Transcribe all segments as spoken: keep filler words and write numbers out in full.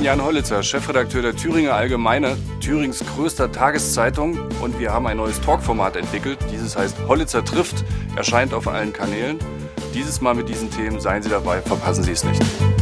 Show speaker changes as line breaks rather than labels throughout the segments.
Jan Hollitzer, Chefredakteur der Thüringer Allgemeine, Thürings größter Tageszeitung. Und wir haben ein neues Talkformat entwickelt. Dieses heißt Hollitzer trifft, erscheint auf allen Kanälen. Dieses Mal mit diesen Themen, seien Sie dabei, verpassen Sie es nicht.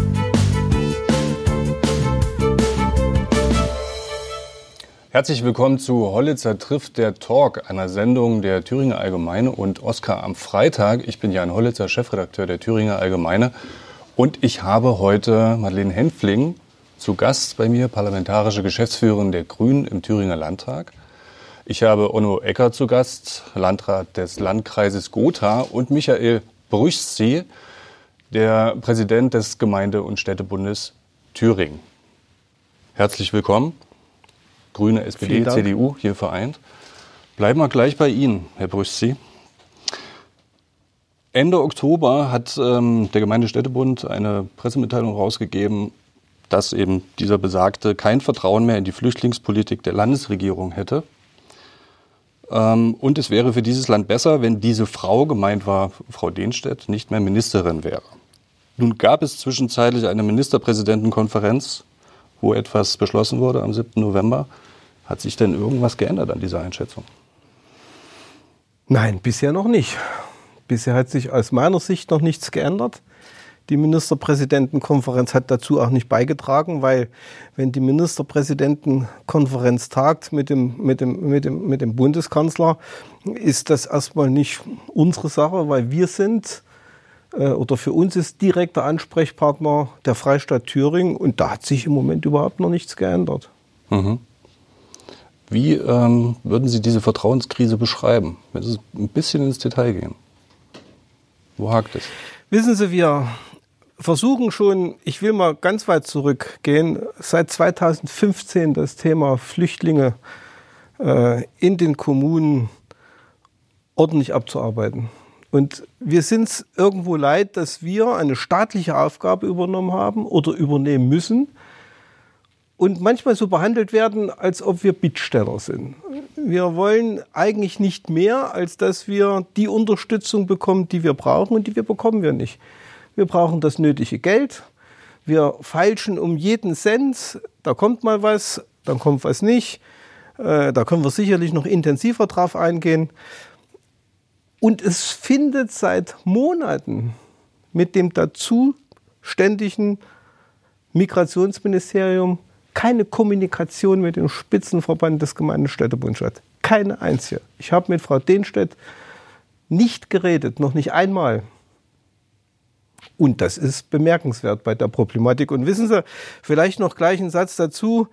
Herzlich willkommen zu Hollitzer trifft, der Talk, einer Sendung der Thüringer Allgemeine und Oskar am Freitag. Ich bin Jan Hollitzer, Chefredakteur der Thüringer Allgemeine. Und ich habe heute Madeleine Hänfling zu Gast bei mir, parlamentarische Geschäftsführerin der Grünen im Thüringer Landtag. Ich habe Onno Ecker zu Gast, Landrat des Landkreises Gotha, und Michael Brüchsee, der Präsident des Gemeinde- und Städtebundes Thüringen. Herzlich willkommen. Grüne, S P D, C D U hier vereint. Bleiben wir gleich bei Ihnen, Herr Brüchsee. Ende Oktober hat ähm, der Gemeinde-Städtebund eine Pressemitteilung rausgegeben, dass eben dieser Besagte kein Vertrauen mehr in die Flüchtlingspolitik der Landesregierung hätte. Ähm, und es wäre für dieses Land besser, wenn diese Frau, gemeint war Frau Denstedt, nicht mehr Ministerin wäre. Nun gab es zwischenzeitlich eine Ministerpräsidentenkonferenz, wo etwas beschlossen wurde am siebten November. Hat sich denn irgendwas geändert an dieser Einschätzung?
Nein, bisher noch nicht. Bisher hat sich aus meiner Sicht noch nichts geändert. Die Ministerpräsidentenkonferenz hat dazu auch nicht beigetragen, weil wenn die Ministerpräsidentenkonferenz tagt mit dem, mit dem, mit dem, mit dem Bundeskanzler, ist das erstmal nicht unsere Sache, weil wir sind äh, oder für uns ist direkter Ansprechpartner der Freistaat Thüringen, und da hat sich im Moment überhaupt noch nichts geändert.
Mhm. Wie ähm, würden Sie diese Vertrauenskrise beschreiben, wenn Sie ein bisschen ins Detail gehen? Wo hakt es?
Wissen Sie, wir versuchen schon, ich will mal ganz weit zurückgehen, seit zweitausendfünfzehn das Thema Flüchtlinge äh, in den Kommunen ordentlich abzuarbeiten. Und wir sind es irgendwo leid, dass wir eine staatliche Aufgabe übernommen haben oder übernehmen müssen und manchmal so behandelt werden, als ob wir Bittsteller sind. Wir wollen eigentlich nicht mehr, als dass wir die Unterstützung bekommen, die wir brauchen, und die wir bekommen wir nicht. Wir brauchen das nötige Geld. Wir feilschen um jeden Cent. Da kommt mal was, dann kommt was nicht. Äh, da können wir sicherlich noch intensiver drauf eingehen. Und es findet seit Monaten mit dem dazu ständigen Migrationsministerium keine Kommunikation mit dem Spitzenverband des Gemeinde- und Städtebunds statt. Keine einzige. Ich habe mit Frau Denstedt nicht geredet, noch nicht einmal. Und das ist bemerkenswert bei der Problematik. Und wissen Sie, vielleicht noch gleich einen Satz dazu.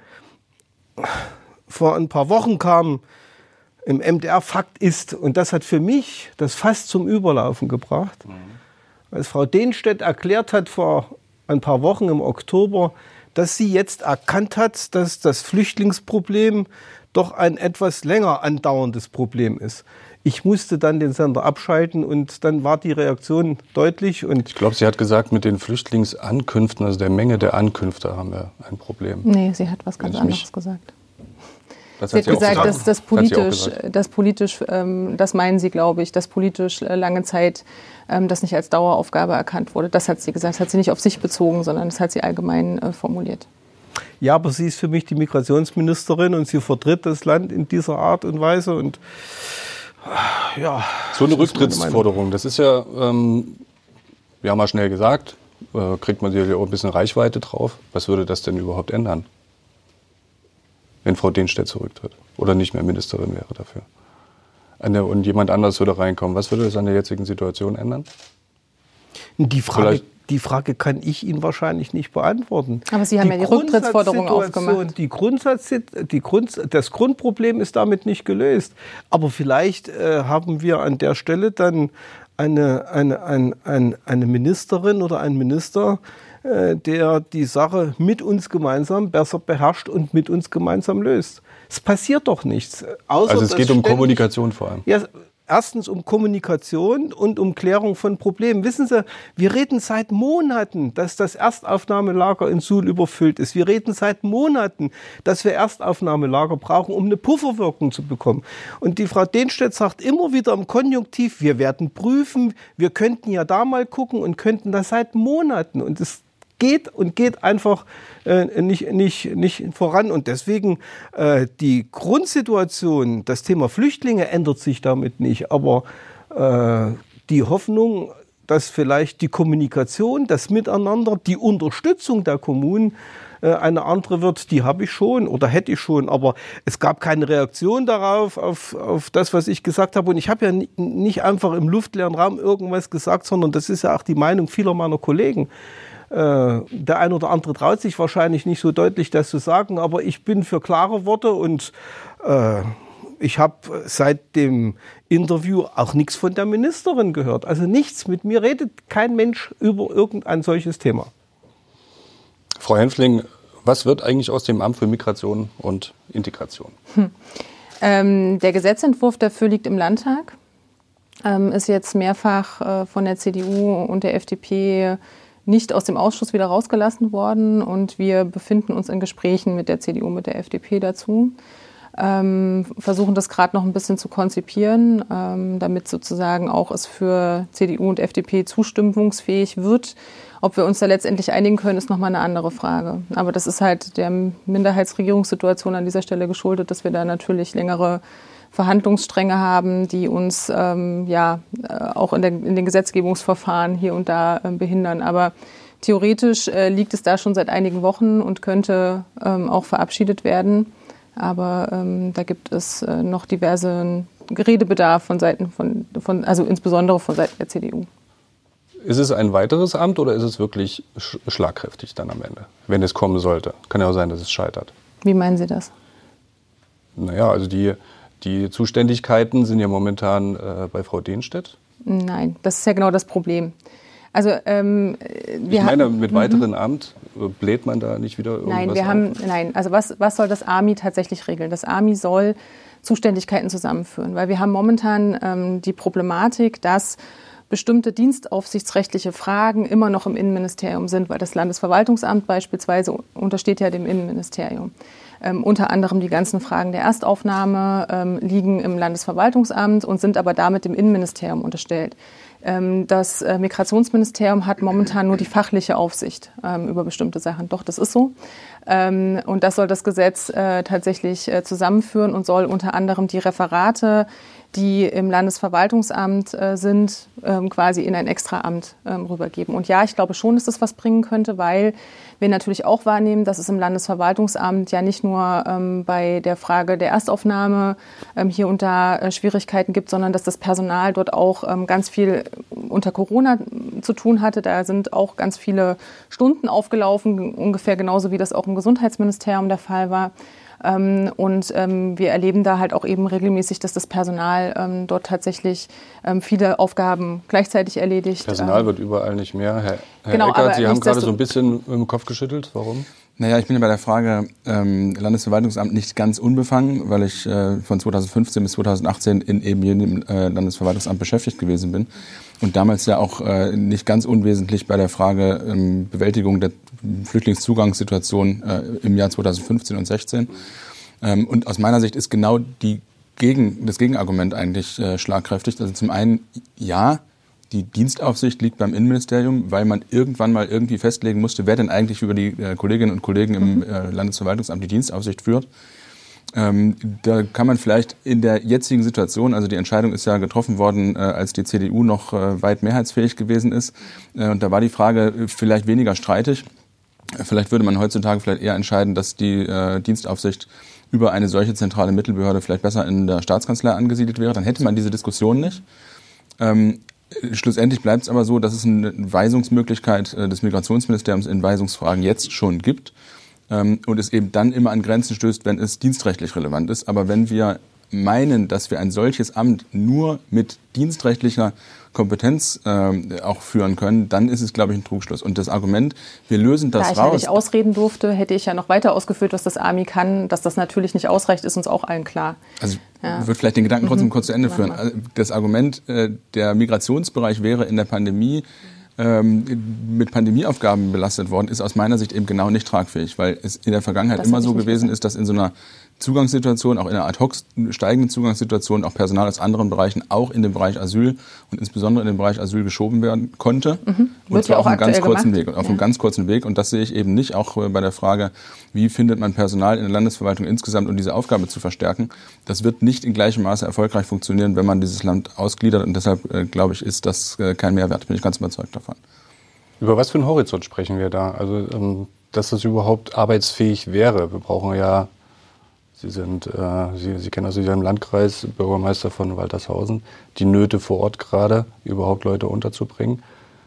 Vor ein paar Wochen kam im M D R Fakt ist, und das hat für mich das fast zum Überlaufen gebracht, mhm. als Frau Denstedt erklärt hat vor ein paar Wochen im Oktober, dass sie jetzt erkannt hat, dass das Flüchtlingsproblem doch ein etwas länger andauerndes Problem ist. Ich musste dann den Sender abschalten, und dann war die Reaktion deutlich. Und
ich glaube, sie hat gesagt, mit den Flüchtlingsankünften, also der Menge der Ankünfte, haben wir ein Problem.
Nee, sie hat was ganz anderes gesagt.
Das
sie
hat
hat
sie
gesagt,
auch
dass das politisch,
das,
das politisch, ähm, das meinen Sie, glaube ich, dass politisch äh, lange Zeit ähm, das nicht als Daueraufgabe erkannt wurde. Das hat sie gesagt. Das hat sie nicht auf sich bezogen, sondern das hat sie allgemein äh, formuliert.
Ja, aber sie ist für mich die Migrationsministerin, und sie vertritt das Land in dieser Art und Weise. Und ja,
so eine Rücktrittsforderung, das ist ja, ähm, wir haben mal schnell gesagt, äh, kriegt man sicherlich auch ein bisschen Reichweite drauf. Was würde das denn überhaupt ändern, wenn Frau Denstedt zurücktritt oder nicht mehr Ministerin wäre dafür? Eine, und jemand anderes würde reinkommen. Was würde das an der jetzigen Situation ändern?
Die Frage, die Frage kann ich Ihnen wahrscheinlich nicht beantworten.
Aber Sie haben
die
ja die Rücktrittsforderung aufgemacht.
Die Grundsatz, die Grund, das Grundproblem ist damit nicht gelöst. Aber vielleicht äh, haben wir an der Stelle dann eine, eine, eine, eine, eine Ministerin oder einen Minister, äh, der die Sache mit uns gemeinsam besser beherrscht und mit uns gemeinsam löst. Es passiert doch nichts. Außer,
also es geht um Kommunikation vor allem.
Ja, erstens um Kommunikation und um Klärung von Problemen. Wissen Sie, wir reden seit Monaten, dass das Erstaufnahmelager in Suhl überfüllt ist. Wir reden seit Monaten, dass wir Erstaufnahmelager brauchen, um eine Pufferwirkung zu bekommen. Und die Frau Denstedt sagt immer wieder im Konjunktiv, wir werden prüfen, wir könnten ja da mal gucken und könnten das seit Monaten. Und es geht und geht einfach äh, nicht, nicht, nicht voran. Und deswegen äh, die Grundsituation, das Thema Flüchtlinge ändert sich damit nicht. Aber äh, die Hoffnung, dass vielleicht die Kommunikation, das Miteinander, die Unterstützung der Kommunen äh, eine andere wird, die habe ich schon oder hätte ich schon. Aber es gab keine Reaktion darauf, auf, auf das, was ich gesagt habe. Und ich habe ja n- nicht einfach im luftleeren Raum irgendwas gesagt, sondern das ist ja auch die Meinung vieler meiner Kollegen. Äh, der ein oder andere traut sich wahrscheinlich nicht so deutlich, das zu sagen, aber ich bin für klare Worte und äh, ich habe seit dem Interview auch nichts von der Ministerin gehört. Also nichts. Mit mir redet kein Mensch über irgendein solches Thema.
Frau Hänfling, was wird eigentlich aus dem Amt für Migration und Integration?
Hm. Ähm, der Gesetzentwurf dafür liegt im Landtag, ähm, ist jetzt mehrfach äh, von der C D U und der F D P nicht aus dem Ausschuss wieder rausgelassen worden. Und wir befinden uns in Gesprächen mit der C D U, mit der F D P dazu. Ähm, versuchen das gerade noch ein bisschen zu konzipieren, ähm, damit sozusagen auch es für C D U und F D P zustimmungsfähig wird. Ob wir uns da letztendlich einigen können, ist nochmal eine andere Frage. Aber das ist halt der Minderheitsregierungssituation an dieser Stelle geschuldet, dass wir da natürlich längere Verhandlungsstränge haben, die uns ähm, ja auch in, der, in den Gesetzgebungsverfahren hier und da äh, behindern. Aber theoretisch äh, liegt es da schon seit einigen Wochen und könnte ähm, auch verabschiedet werden. Aber ähm, da gibt es äh, noch diverse Redebedarf von Seiten von, von, also insbesondere von Seiten der C D U.
Ist es ein weiteres Amt oder ist es wirklich sch- schlagkräftig dann am Ende, wenn es kommen sollte? Kann ja auch sein, dass es scheitert.
Wie meinen Sie das?
Naja, also die, die Zuständigkeiten sind ja momentan äh, bei Frau Dehnstedt.
Nein, das ist ja genau das Problem. Also ähm, wir
ich meine,
haben,
mit weiteren mhm. Amt bläht man da nicht wieder irgendwas
Nein, wir
auf?
haben, nein. Also was, was soll das A M I tatsächlich regeln? Das A M I soll Zuständigkeiten zusammenführen, weil wir haben momentan ähm, die Problematik, dass bestimmte dienstaufsichtsrechtliche Fragen immer noch im Innenministerium sind, weil das Landesverwaltungsamt beispielsweise untersteht ja dem Innenministerium. Ähm, unter anderem die ganzen Fragen der Erstaufnahme ähm, liegen im Landesverwaltungsamt und sind aber damit dem Innenministerium unterstellt. Ähm, das äh, Migrationsministerium hat momentan nur die fachliche Aufsicht ähm, über bestimmte Sachen. Doch, das ist so. Ähm, und das soll das Gesetz äh, tatsächlich äh, zusammenführen und soll unter anderem die Referate, die im Landesverwaltungsamt äh, sind, ähm, quasi in ein Extraamt ähm, rübergeben. Und ja, ich glaube schon, dass das was bringen könnte, weil wir natürlich auch wahrnehmen, dass es im Landesverwaltungsamt ja nicht nur ähm, bei der Frage der Erstaufnahme ähm, hier und da äh, Schwierigkeiten gibt, sondern dass das Personal dort auch ähm, ganz viel unter Corona zu tun hatte. Da sind auch ganz viele Stunden aufgelaufen, ungefähr genauso wie das auch im Gesundheitsministerium der Fall war. Ähm, und ähm, wir erleben da halt auch eben regelmäßig, dass das Personal ähm, dort tatsächlich ähm, viele Aufgaben gleichzeitig erledigt.
Personal
ähm,
wird überall nicht mehr. Herr, Herr
genau,
Eckert, Sie haben gerade so
so
ein bisschen im Kopf geschüttelt. Warum?
Naja, ich bin ja bei der Frage ähm, Landesverwaltungsamt nicht ganz unbefangen, weil ich äh, von zweitausendfünfzehn bis zweitausendachtzehn in eben jedem äh, Landesverwaltungsamt beschäftigt gewesen bin und damals ja auch äh, nicht ganz unwesentlich bei der Frage ähm, Bewältigung der Flüchtlingszugangssituation äh, im Jahr zweitausendfünfzehn und sechzehn. Ähm, und aus meiner Sicht ist genau die Gegen, das Gegenargument eigentlich äh, schlagkräftig. Also zum einen, ja, die Dienstaufsicht liegt beim Innenministerium, weil man irgendwann mal irgendwie festlegen musste, wer denn eigentlich über die äh, Kolleginnen und Kollegen im äh, Landesverwaltungsamt die Dienstaufsicht führt. Ähm, da kann man vielleicht in der jetzigen Situation, also die Entscheidung ist ja getroffen worden, äh, als die C D U noch äh, weit mehrheitsfähig gewesen ist. Äh, und da war die Frage vielleicht weniger streitig. Vielleicht würde man heutzutage vielleicht eher entscheiden, dass die äh, Dienstaufsicht über eine solche zentrale Mittelbehörde vielleicht besser in der Staatskanzlei angesiedelt wäre. Dann hätte man diese Diskussion nicht. Ähm, schlussendlich bleibt es aber so, dass es eine Weisungsmöglichkeit äh, des Migrationsministeriums in Weisungsfragen jetzt schon gibt ähm, und es eben dann immer an Grenzen stößt, wenn es dienstrechtlich relevant ist. Aber wenn wir meinen, dass wir ein solches Amt nur mit dienstrechtlicher Kompetenz äh, auch führen können, dann ist es, glaube ich, ein Trugschluss. Und das Argument, wir lösen das raus...
Da ich ja nicht ausreden durfte, hätte ich ja noch weiter ausgeführt, was das A M I kann. Dass das natürlich nicht ausreicht, ist uns auch allen klar.
Also
ja.
ich würde vielleicht den Gedanken trotzdem mhm. kurz zu Ende führen.
Machen wir.
Das Argument, äh, der Migrationsbereich wäre in der Pandemie ähm, mit Pandemieaufgaben belastet worden, ist aus meiner Sicht eben genau nicht tragfähig, weil es in der Vergangenheit
Das
immer
hätte ich
so
nicht
gewesen
gesagt.
ist, dass in so einer Zugangssituation, auch in einer ad hoc steigenden Zugangssituation, auch Personal aus anderen Bereichen auch in den Bereich Asyl und insbesondere in den Bereich Asyl geschoben werden konnte.
Mhm.
Und zwar
ja
auf einem ganz kurzen
gemacht.
Weg. Und auf
ja.
einem ganz kurzen Weg. Und das sehe ich eben nicht auch bei der Frage, wie findet man Personal in der Landesverwaltung insgesamt, um diese Aufgabe zu verstärken. Das wird nicht in gleichem Maße erfolgreich funktionieren, wenn man dieses Land ausgliedert. Und deshalb, äh, glaube ich, ist das äh, kein Mehrwert. Bin ich ganz überzeugt davon.
Über was für einen Horizont sprechen wir da? Also, ähm, dass das überhaupt arbeitsfähig wäre. Wir brauchen ja, Sie sind, äh, Sie, Sie kennen aus Ihrem Landkreis, Bürgermeister von Waltershausen, die Nöte vor Ort gerade, überhaupt Leute unterzubringen.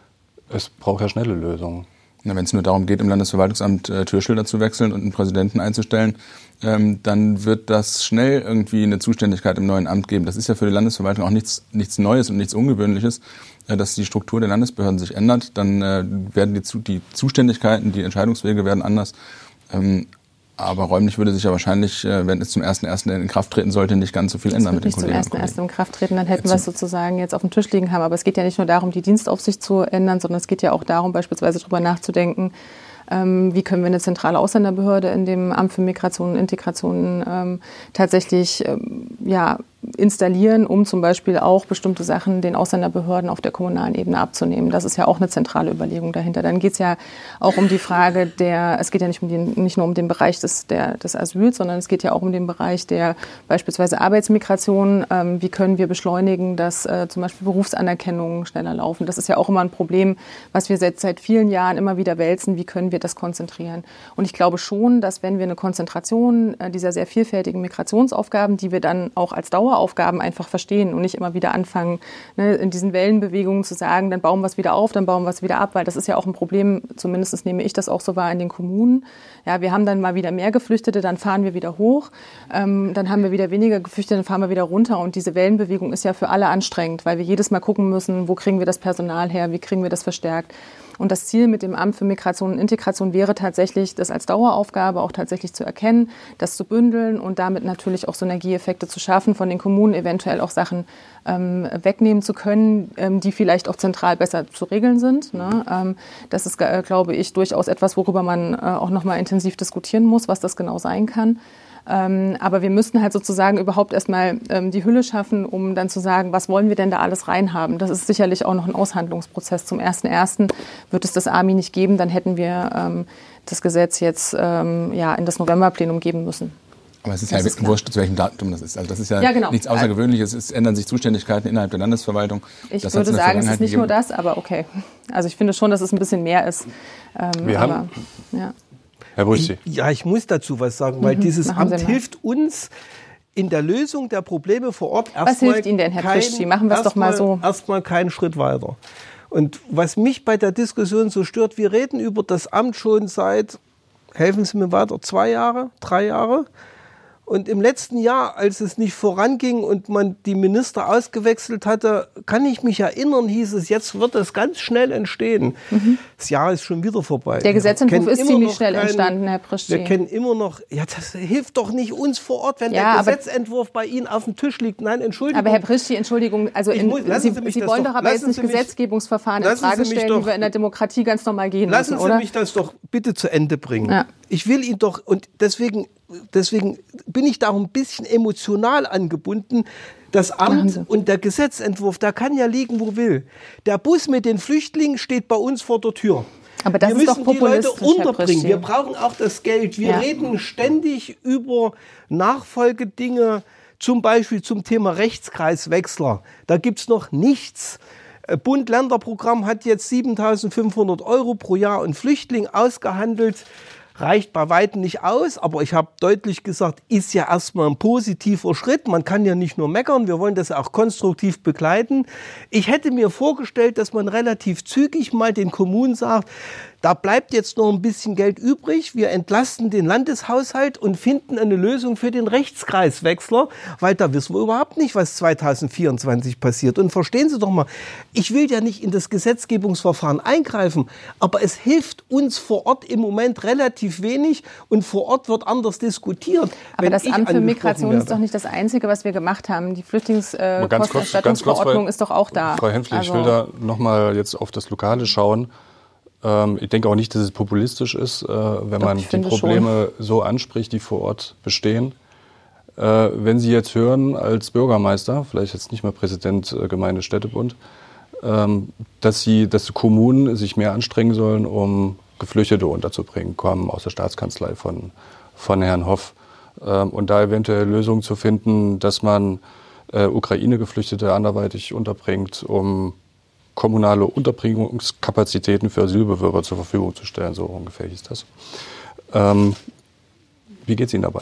Es braucht ja schnelle Lösungen.
Wenn es nur darum geht, im Landesverwaltungsamt äh, Türschilder zu wechseln und einen Präsidenten einzustellen, ähm, dann wird das schnell irgendwie eine Zuständigkeit im neuen Amt geben. Das ist ja für die Landesverwaltung auch nichts, nichts Neues und nichts Ungewöhnliches, äh, dass die Struktur der Landesbehörden sich ändert. Dann äh, werden die, die Zuständigkeiten, die Entscheidungswege werden anders. Ähm, aber räumlich würde sich ja wahrscheinlich, äh, wenn es zum ersten ersten in Kraft treten sollte, nicht ganz so viel
das
ändern mit den
Kollegen.
Kollegen.
Nicht zum ersten ersten in Kraft treten, dann hätten wir es sozusagen jetzt auf dem Tisch liegen haben. Aber es geht ja nicht nur darum, die Dienstaufsicht zu ändern, sondern es geht ja auch darum, beispielsweise darüber nachzudenken, ähm, wie können wir eine zentrale Ausländerbehörde in dem Amt für Migration und Integration ähm, tatsächlich ähm, ja, installieren, um zum Beispiel auch bestimmte Sachen den Ausländerbehörden auf der kommunalen Ebene abzunehmen. Das ist ja auch eine zentrale Überlegung dahinter. Dann geht es ja auch um die Frage der, es geht ja nicht, um den, nicht nur um den Bereich des, der, des Asyls, sondern es geht ja auch um den Bereich der beispielsweise Arbeitsmigration. Ähm, wie können wir beschleunigen, dass äh, zum Beispiel Berufsanerkennungen schneller laufen? Das ist ja auch immer ein Problem, was wir seit, seit vielen Jahren immer wieder wälzen. Wie können wir das konzentrieren? Und ich glaube schon, dass wenn wir eine Konzentration äh, dieser sehr vielfältigen Migrationsaufgaben, die wir dann auch als Dauer Aufgaben einfach verstehen und nicht immer wieder anfangen, ne, in diesen Wellenbewegungen zu sagen, dann bauen wir es wieder auf, dann bauen wir es wieder ab, weil das ist ja auch ein Problem, zumindest nehme ich das auch so wahr in den Kommunen. Ja, wir haben dann mal wieder mehr Geflüchtete, dann fahren wir wieder hoch, ähm, dann haben wir wieder weniger Geflüchtete, dann fahren wir wieder runter und diese Wellenbewegung ist ja für alle anstrengend, weil wir jedes Mal gucken müssen, wo kriegen wir das Personal her, wie kriegen wir das verstärkt. Und das Ziel mit dem Amt für Migration und Integration wäre tatsächlich, das als Daueraufgabe auch tatsächlich zu erkennen, das zu bündeln und damit natürlich auch Synergieeffekte zu schaffen, von den Kommunen eventuell auch Sachen ähm, wegnehmen zu können, ähm, die vielleicht auch zentral besser zu regeln sind. Ne? Ähm, das ist, äh, glaube ich, durchaus etwas, worüber man äh, auch noch mal intensiv diskutieren muss, was das genau sein kann. Ähm, aber wir müssten halt sozusagen überhaupt erstmal ähm, die Hülle schaffen, um dann zu sagen, was wollen wir denn da alles reinhaben? Das ist sicherlich auch noch ein Aushandlungsprozess. Zum ersten ersten wird es das A M I nicht geben, dann hätten wir ähm, das Gesetz jetzt ähm, ja, in das Novemberplenum geben müssen.
Aber es ist
das
ja
ist
wurscht, zu welchem Datum das ist. Also das ist ja,
ja genau.
nichts Außergewöhnliches. Es ändern sich Zuständigkeiten innerhalb der Landesverwaltung.
Ich
das
würde sagen, es ist nicht
gegeben.
nur das, aber okay. Also ich finde schon, dass es ein bisschen mehr ist. Ähm,
wir
aber,
haben,
ja.
Herr Brüschi.
Ja, ich muss dazu was sagen, weil
Mhm,
dieses
machen Sie
Amt
mal.
hilft uns in der Lösung der Probleme vor Ort.
Was hilft Ihnen denn, Herr Brüschi? Machen wir es doch mal so.
Erstmal keinen Schritt weiter. Und was mich bei der Diskussion so stört, wir reden über das Amt schon seit, helfen Sie mir weiter, zwei Jahre, drei Jahre. Und im letzten Jahr, als es nicht voranging und man die Minister ausgewechselt hatte, kann ich mich erinnern, hieß es, jetzt wird es ganz schnell entstehen. Mhm. Das Jahr ist schon wieder vorbei.
Der Gesetzentwurf ist ziemlich schnell keinen, entstanden, Herr Prischi.
Wir kennen immer noch, ja, das hilft doch nicht uns vor Ort, wenn
ja,
der Gesetzentwurf bei Ihnen auf dem Tisch liegt. Nein, Entschuldigung.
Aber Herr Prischi, Entschuldigung, also in,
muss,
Sie,
Sie,
Sie wollen doch aber jetzt nicht mich, Gesetzgebungsverfahren in Frage stellen,
doch,
die wir in der Demokratie ganz normal gehen
lassen
müssen, oder?
Lassen Sie mich das doch bitte zu Ende bringen.
Ja.
Ich will ihn doch, und deswegen, deswegen bin ich da auch ein bisschen emotional angebunden. Das Amt und der Gesetzentwurf, da kann ja liegen, wo will. Der Bus mit den Flüchtlingen steht bei uns vor der Tür.
Aber das
wir
ist
müssen
doch
die Leute
populistisch,
unterbringen. Wir brauchen auch das Geld. Wir
ja.
reden ständig über Nachfolgedinge, zum Beispiel zum Thema Rechtskreiswechsler. Da gibt's noch nichts. Bund-Länder-Programm hat jetzt siebentausendfünfhundert Euro pro Jahr und Flüchtling ausgehandelt. Reicht bei weitem nicht aus, aber ich habe deutlich gesagt, ist ja erstmal ein positiver Schritt. Man kann ja nicht nur meckern, wir wollen das auch konstruktiv begleiten. Ich hätte mir vorgestellt, dass man relativ zügig mal den Kommunen sagt, da bleibt jetzt noch ein bisschen Geld übrig. Wir entlasten den Landeshaushalt und finden eine Lösung für den Rechtskreiswechsler, weil da wissen wir überhaupt nicht, was zweitausendvierundzwanzig passiert. Und verstehen Sie doch mal, ich will ja nicht in das Gesetzgebungsverfahren eingreifen, aber es hilft uns vor Ort im Moment relativ wenig und vor Ort wird anders diskutiert.
Aber das Amt für Migration werde. ist doch nicht das Einzige, was wir gemacht haben. Die Flüchtlingskostenerstattungsverordnung ist doch auch da.
Frau Hänfli, also ich will da nochmal jetzt auf das Lokale schauen. Ich denke auch nicht, dass es populistisch ist, wenn Doch, man die Probleme schon. so anspricht, die vor Ort bestehen. Äh, wenn Sie jetzt hören als Bürgermeister, vielleicht jetzt nicht mehr Präsident äh, Gemeinde-Städtebund, ähm, dass Sie, dass die Kommunen sich mehr anstrengen sollen, um Geflüchtete unterzubringen, kommen aus der Staatskanzlei von, von Herrn Hoff. Ähm, und da eventuell Lösungen zu finden, dass man äh, Ukraine-Geflüchtete anderweitig unterbringt, um kommunale Unterbringungskapazitäten für Asylbewerber zur Verfügung zu stellen. So ungefähr hieß das. Ähm, wie geht es Ihnen dabei?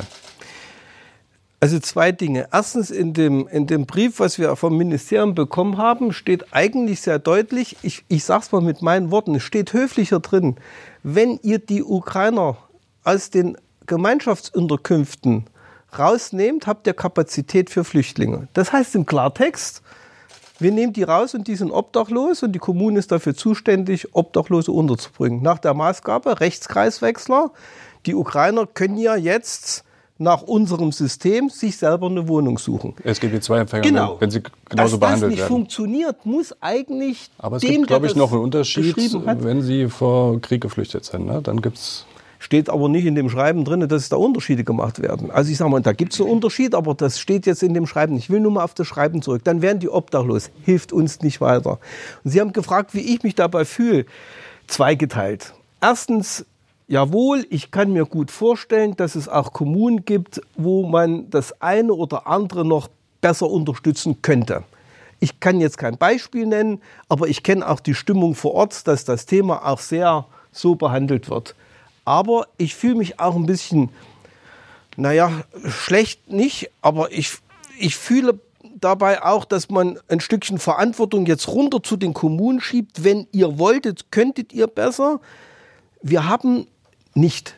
Also zwei Dinge. Erstens, in dem, in dem Brief, was wir vom Ministerium bekommen haben, steht eigentlich sehr deutlich, ich, ich sage es mal mit meinen Worten, es steht höflicher drin, wenn ihr die Ukrainer aus den Gemeinschaftsunterkünften rausnehmt, habt ihr Kapazität für Flüchtlinge. Das heißt im Klartext, wir nehmen die raus und die sind obdachlos und die Kommune ist dafür zuständig, Obdachlose unterzubringen. Nach der Maßgabe Rechtskreiswechsler. Die Ukrainer können ja jetzt nach unserem System sich selber eine Wohnung suchen.
Es gibt die zwei Empfänger,
genau.
wenn sie genauso behandelt werden.
Dass das nicht werden. funktioniert, muss eigentlich
Aber es
dem,
gibt, glaube ich, noch einen Unterschied,
hat,
wenn sie vor Krieg geflüchtet sind. Ne? Dann gibt's
steht aber nicht in dem Schreiben drin, dass da Unterschiede gemacht werden. Also ich sage mal, da gibt es einen Unterschied, aber das steht jetzt in dem Schreiben. Ich will nur mal auf das Schreiben zurück. Dann werden die obdachlos. Hilft uns nicht weiter. Und Sie haben gefragt, wie ich mich dabei fühle. Zweigeteilt. Erstens, jawohl, ich kann mir gut vorstellen, dass es auch Kommunen gibt, wo man das eine oder andere noch besser unterstützen könnte. Ich kann jetzt kein Beispiel nennen, aber ich kenne auch die Stimmung vor Ort, dass das Thema auch sehr so behandelt wird. Aber ich fühle mich auch ein bisschen, naja, schlecht nicht, aber ich, ich fühle dabei auch, dass man ein Stückchen Verantwortung jetzt runter zu den Kommunen schiebt. Wenn ihr wolltet, könntet ihr besser. Wir haben nicht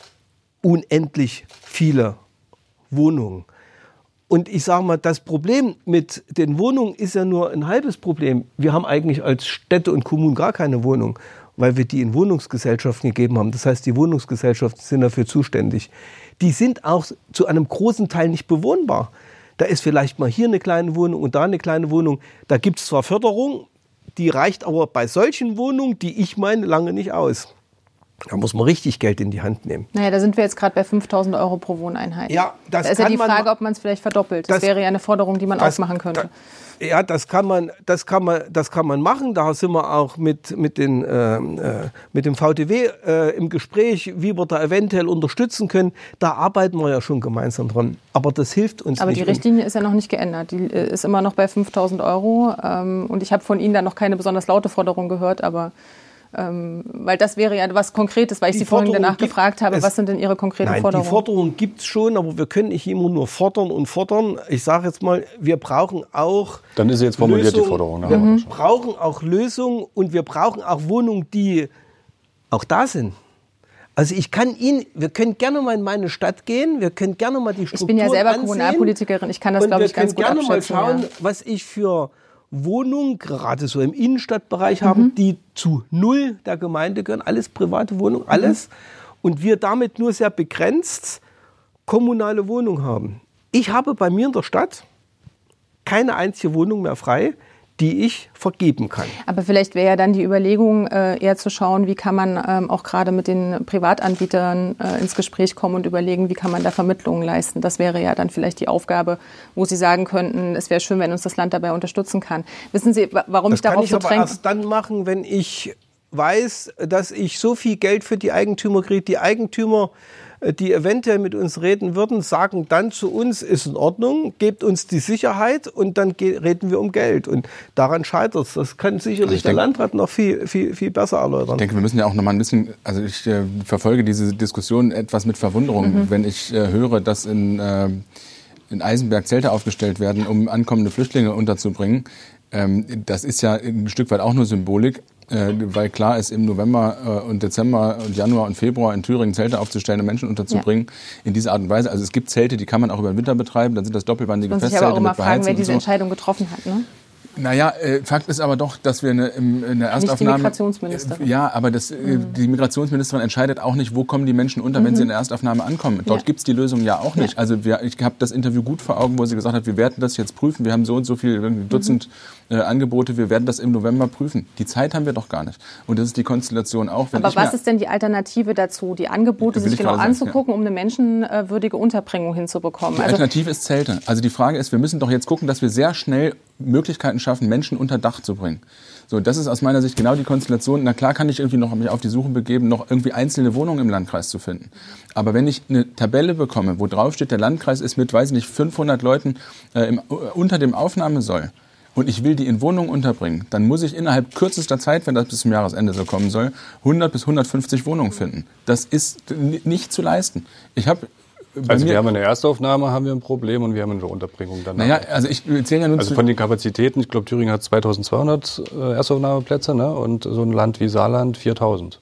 unendlich viele Wohnungen. Und ich sage mal, das Problem mit den Wohnungen ist ja nur ein halbes Problem. Wir haben eigentlich als Städte und Kommunen gar keine Wohnung, weil wir die in Wohnungsgesellschaften gegeben haben. Das heißt, die Wohnungsgesellschaften sind dafür zuständig. Die sind auch zu einem großen Teil nicht bewohnbar. Da ist vielleicht mal hier eine kleine Wohnung und da eine kleine Wohnung. Da gibt es zwar Förderung, die reicht aber bei solchen Wohnungen, die ich meine, lange nicht aus. Da muss man richtig Geld in die Hand nehmen.
Naja, da sind wir jetzt gerade bei fünftausend Euro pro Wohneinheit.
Ja, das
da ist
kann
ja die Frage,
man,
ob man es vielleicht verdoppelt. Das, das wäre ja eine Forderung, die man das, ausmachen könnte.
Da, ja, das kann man, das kann man, das kann man machen. Da sind wir auch mit mit den äh, mit dem V D W äh, im Gespräch, wie wir da eventuell unterstützen können. Da arbeiten wir ja schon gemeinsam dran. Aber das hilft uns
Aber
nicht.
Aber die Richtlinie ist ja noch nicht geändert. Die ist immer noch bei fünftausend Euro. Ähm, und ich habe von Ihnen da noch keine besonders laute Forderung gehört, aber Ähm, weil das wäre ja was Konkretes, weil ich die Sie vorhin danach gibt, gefragt habe, was sind denn Ihre konkreten
nein,
Forderungen?
Die Forderungen gibt es schon, aber wir können nicht immer nur fordern und fordern. Ich sage jetzt mal, wir brauchen auch
Dann ist sie jetzt formuliert,
Lösung,
die Forderung. Ne?
Wir mhm. brauchen auch Lösungen und wir brauchen auch Wohnungen, die auch da sind. Also ich kann Ihnen, wir können gerne mal in meine Stadt gehen, wir können gerne mal die Strukturen
Ich bin ja selber
ansehen,
Kommunalpolitikerin, ich kann das, glaube ich, ganz gut abschätzen.
Wir können gerne mal schauen, ja. was ich für Wohnungen, gerade so im Innenstadtbereich haben, mhm. die zu null der Gemeinde gehören, alles private Wohnungen, alles. Mhm. Und wir damit nur sehr begrenzt kommunale Wohnungen haben. Ich habe bei mir in der Stadt keine einzige Wohnung mehr frei, die ich vergeben kann.
Aber vielleicht wäre ja dann die Überlegung, äh, eher zu schauen, wie kann man ähm, auch gerade mit den Privatanbietern äh, ins Gespräch kommen und überlegen, wie kann man da Vermittlungen leisten. Das wäre ja dann vielleicht die Aufgabe, wo Sie sagen könnten, es wäre schön, wenn uns das Land dabei unterstützen kann. Wissen Sie, warum
das
ich darauf so dränge?
Das kann ich aber erst dann machen, wenn ich weiß, dass ich so viel Geld für die Eigentümer kriege. Die Eigentümer, die eventuell mit uns reden würden, sagen dann zu uns, ist in Ordnung, gebt uns die Sicherheit und dann reden wir um Geld. Und daran scheitert es. Das kann sicherlich also der denke, Landrat noch viel, viel, viel besser erläutern.
Ich denke, wir müssen ja auch noch mal ein bisschen, also ich äh, verfolge diese Diskussion etwas mit Verwunderung, mhm. wenn ich äh, höre, dass in, äh, in Eisenberg Zelte aufgestellt werden, um ankommende Flüchtlinge unterzubringen. Ähm, das ist ja ein Stück weit auch nur Symbolik. Äh, weil klar ist, im November äh, und Dezember und Januar und Februar in Thüringen Zelte aufzustellen und Menschen unterzubringen, ja. in dieser Art und Weise. Also es gibt Zelte, die kann man auch über den Winter betreiben, dann sind das doppelwandige Festzelte mit Beheizung.
Man sich aber auch immer fragen, wer diese so. Entscheidung getroffen hat, ne?
Naja, äh, Fakt ist aber doch, dass wir eine, in der Erstaufnahme...
Nicht die Migrationsministerin.
Äh, ja, aber das, äh, die Migrationsministerin entscheidet auch nicht, wo kommen die Menschen unter, mhm. wenn sie in der Erstaufnahme ankommen. Dort ja. gibt's die Lösung ja auch nicht. Ja. Also wir, ich habe das Interview gut vor Augen, wo sie gesagt hat, wir werden das jetzt prüfen. Wir haben so und so viele Dutzend mhm. äh, Angebote, wir werden das im November prüfen. Die Zeit haben wir doch gar nicht. Und das ist die Konstellation auch. Wenn
aber
ich
was ist denn die Alternative dazu? Die Angebote sich genau anzugucken,
ja.
um eine menschenwürdige Unterbringung hinzubekommen.
Die
also
Alternative ist Zelte. Also die Frage ist, wir müssen doch jetzt gucken, dass wir sehr schnell Möglichkeiten schaffen, Menschen unter Dach zu bringen. So, das ist aus meiner Sicht genau die Konstellation. Na klar kann ich irgendwie noch mich auf die Suche begeben, noch irgendwie einzelne Wohnungen im Landkreis zu finden. Aber wenn ich eine Tabelle bekomme, wo drauf steht, der Landkreis ist mit, weiß nicht, fünfhundert Leuten äh, im, äh, unter dem Aufnahmesoll und ich will die in Wohnungen unterbringen, dann muss ich innerhalb kürzester Zeit, wenn das bis zum Jahresende so kommen soll, hundert bis hundertfünfzig Wohnungen finden. Das ist n- nicht zu leisten. Ich habe
Also wir haben eine Erstaufnahme, haben wir ein Problem und wir haben eine Unterbringung danach.
Naja, also ich zähle ja nur
Also
zu
Also
von den Kapazitäten, ich glaube Thüringen hat zweitausendzweihundert Erstaufnahmeplätze, ne? Und so ein Land wie Saarland viertausend.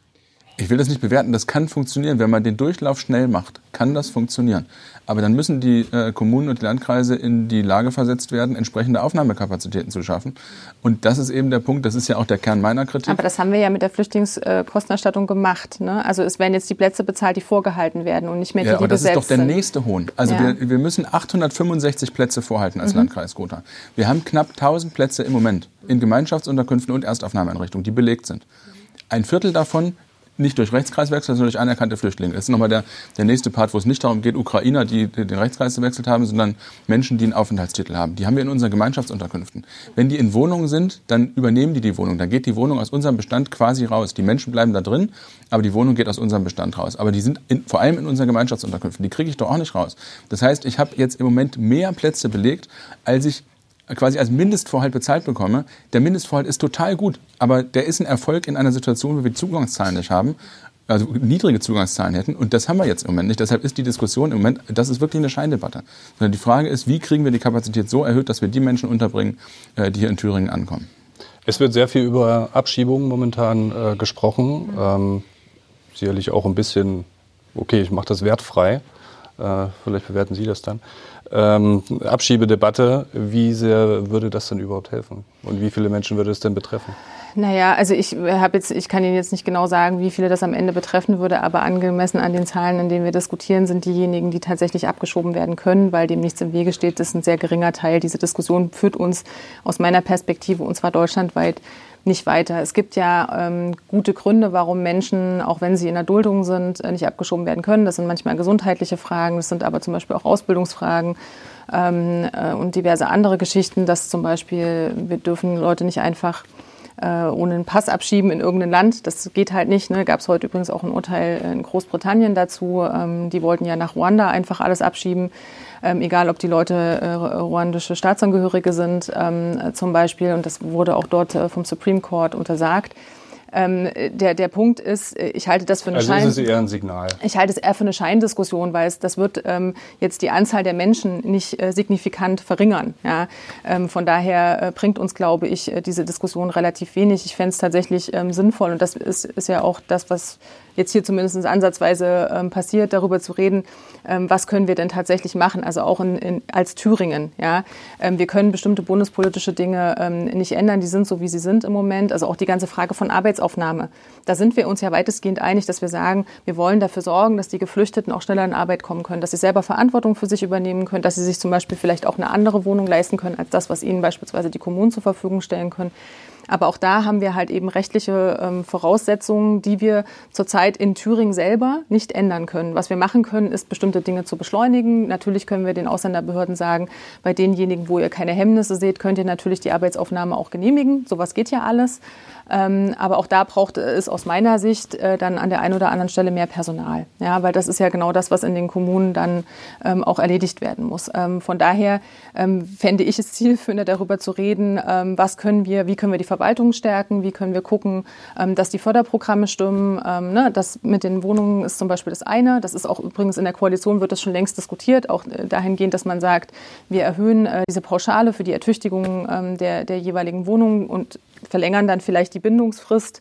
Ich will das nicht bewerten, das kann funktionieren. Wenn man den Durchlauf schnell macht, kann das funktionieren. Aber dann müssen die äh, Kommunen und die Landkreise in die Lage versetzt werden, entsprechende Aufnahmekapazitäten zu schaffen. Und das ist eben der Punkt, das ist ja auch der Kern meiner Kritik.
Aber das haben wir ja mit der Flüchtlingskostenerstattung gemacht. Ne? Also es werden jetzt die Plätze bezahlt, die vorgehalten werden und nicht mehr die,
ja,
die
aber das
besetzt
ist doch der
sind.
nächste Hohn. Also
ja.
wir, wir müssen achthundertfünfundsechzig Plätze vorhalten als mhm. Landkreis Gotha. Wir haben knapp tausend Plätze im Moment in Gemeinschaftsunterkünften und Erstaufnahmeeinrichtungen, die belegt sind. Ein Viertel davon nicht durch Rechtskreiswechsel, sondern durch anerkannte Flüchtlinge. Das ist nochmal der, der nächste Part, wo es nicht darum geht, Ukrainer, die den Rechtskreis gewechselt haben, sondern Menschen, die einen Aufenthaltstitel haben. Die haben wir in unseren Gemeinschaftsunterkünften. Wenn die in Wohnungen sind, dann übernehmen die die Wohnung. Dann geht die Wohnung aus unserem Bestand quasi raus. Die Menschen bleiben da drin, aber die Wohnung geht aus unserem Bestand raus. Aber die sind in, vor allem in unseren Gemeinschaftsunterkünften. Die kriege ich doch auch nicht raus. Das heißt, ich habe jetzt im Moment mehr Plätze belegt, als ich quasi als Mindestvorhalt bezahlt bekomme. Der Mindestvorhalt ist total gut, aber der ist ein Erfolg in einer Situation, wo wir Zugangszahlen nicht haben, also niedrige Zugangszahlen hätten. Und das haben wir jetzt im Moment nicht. Deshalb ist die Diskussion im Moment, das ist wirklich eine Scheindebatte. Sondern die Frage ist, wie kriegen wir die Kapazität so erhöht, dass wir die Menschen unterbringen, die hier in Thüringen ankommen.
Es wird sehr viel über Abschiebungen momentan äh, gesprochen. Ähm, sicherlich auch ein bisschen, okay, ich mache das wertfrei. Äh, vielleicht bewerten Sie das dann. Ähm, Abschiebedebatte, wie sehr würde das denn überhaupt helfen? Und wie viele Menschen würde es denn betreffen?
Naja, also ich habe jetzt, ich kann Ihnen jetzt nicht genau sagen, wie viele das am Ende betreffen würde, aber angemessen an den Zahlen, in denen wir diskutieren, sind diejenigen, die tatsächlich abgeschoben werden können, weil dem nichts im Wege steht, das ist ein sehr geringer Teil. Diese Diskussion führt uns aus meiner Perspektive, und zwar deutschlandweit, nicht weiter. Es gibt ja ähm, gute Gründe, warum Menschen, auch wenn sie in der Duldung sind, äh, nicht abgeschoben werden können. Das sind manchmal gesundheitliche Fragen, das sind aber zum Beispiel auch Ausbildungsfragen ähm, äh, und diverse andere Geschichten, dass zum Beispiel, wir dürfen Leute nicht einfach äh, ohne einen Pass abschieben in irgendein Land. Das geht halt nicht. Ne? Gab es heute übrigens auch ein Urteil in Großbritannien dazu. Ähm, die wollten ja nach Ruanda einfach alles abschieben. Ähm, egal, ob die Leute äh, ruandische Staatsangehörige sind ähm, zum Beispiel. Und das wurde auch dort äh, vom Supreme Court untersagt. Ähm, der, der Punkt ist, ich halte das für eine
also
Schein...
Also ist es eher ein Signal.
Ich halte es eher für eine Scheindiskussion, weil es, das wird ähm, jetzt die Anzahl der Menschen nicht äh, signifikant verringern. Ja? Ähm, von daher äh, bringt uns, glaube ich, äh, diese Diskussion relativ wenig. Ich fände es tatsächlich ähm, sinnvoll, und das ist, ist ja auch das, was jetzt hier zumindest ansatzweise ähm, passiert, darüber zu reden, ähm, was können wir denn tatsächlich machen, also auch in, in, als Thüringen. Ja? Ähm, wir können bestimmte bundespolitische Dinge ähm, nicht ändern, die sind so, wie sie sind im Moment. Also auch die ganze Frage von Arbeitsaufnahme. Da sind wir uns ja weitestgehend einig, dass wir sagen, wir wollen dafür sorgen, dass die Geflüchteten auch schneller in Arbeit kommen können, dass sie selber Verantwortung für sich übernehmen können, dass sie sich zum Beispiel vielleicht auch eine andere Wohnung leisten können, als das, was ihnen beispielsweise die Kommunen zur Verfügung stellen können. Aber auch da haben wir halt eben rechtliche ähm, Voraussetzungen, die wir zurzeit in Thüringen selber nicht ändern können. Was wir machen können, ist, bestimmte Dinge zu beschleunigen. Natürlich können wir den Ausländerbehörden sagen, bei denjenigen, wo ihr keine Hemmnisse seht, könnt ihr natürlich die Arbeitsaufnahme auch genehmigen. Sowas geht ja alles. Ähm, aber auch da braucht es aus meiner Sicht äh, dann an der einen oder anderen Stelle mehr Personal. Ja, weil das ist ja genau das, was in den Kommunen dann ähm, auch erledigt werden muss. Ähm, von daher ähm, fände ich es zielführender, darüber zu reden, ähm, was können wir, wie können wir die Verwaltung stärken, wie können wir gucken, ähm, dass die Förderprogramme stimmen. Ähm, ne, das mit den Wohnungen ist zum Beispiel das eine. Das ist auch übrigens in der Koalition, wird das schon längst diskutiert, auch äh, dahingehend, dass man sagt, wir erhöhen äh, diese Pauschale für die Ertüchtigung ähm, der, der jeweiligen Wohnungen und verlängern dann vielleicht die Bindungsfrist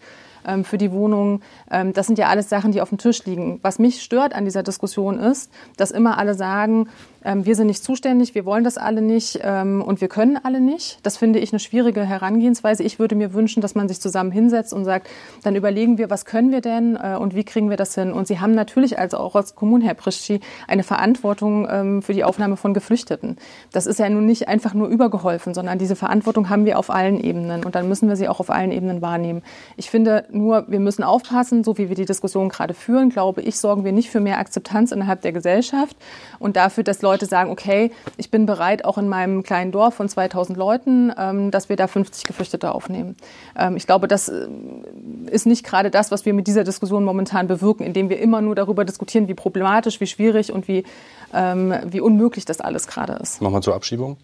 ähm, für die Wohnungen. Ähm, das sind ja alles Sachen, die auf dem Tisch liegen. Was mich stört an dieser Diskussion ist, dass immer alle sagen, ähm, wir sind nicht zuständig, wir wollen das alle nicht ähm, und wir können alle nicht. Das finde ich eine schwierige Herangehensweise. Ich würde mir wünschen, dass man sich zusammen hinsetzt und sagt, dann überlegen wir, was können wir denn äh, und wie kriegen wir das hin. Und Sie haben natürlich also auch als Kommune, Herr Prischi, eine Verantwortung ähm, für die Aufnahme von Geflüchteten. Das ist ja nun nicht einfach nur übergeholfen, sondern diese Verantwortung haben wir auf allen Ebenen und dann müssen wir sie auch auf allen Ebenen wahrnehmen. Ich finde nur, wir müssen aufpassen, so wie wir die Diskussion gerade führen, glaube ich, sorgen wir nicht für mehr Akzeptanz innerhalb der Gesellschaft und dafür, dass Leute sagen, okay, ich bin bereit, auch in meinem kleinen Dorf von zweitausend Leuten, ähm, dass wir da fünfzig Geflüchtete aufnehmen. Ähm, ich glaube, das äh, ist nicht gerade das, was wir mit dieser Diskussion momentan bewirken, indem wir immer nur darüber diskutieren, wie problematisch, wie schwierig und wie, ähm, wie unmöglich das alles gerade ist.
Nochmal zur Abschiebung.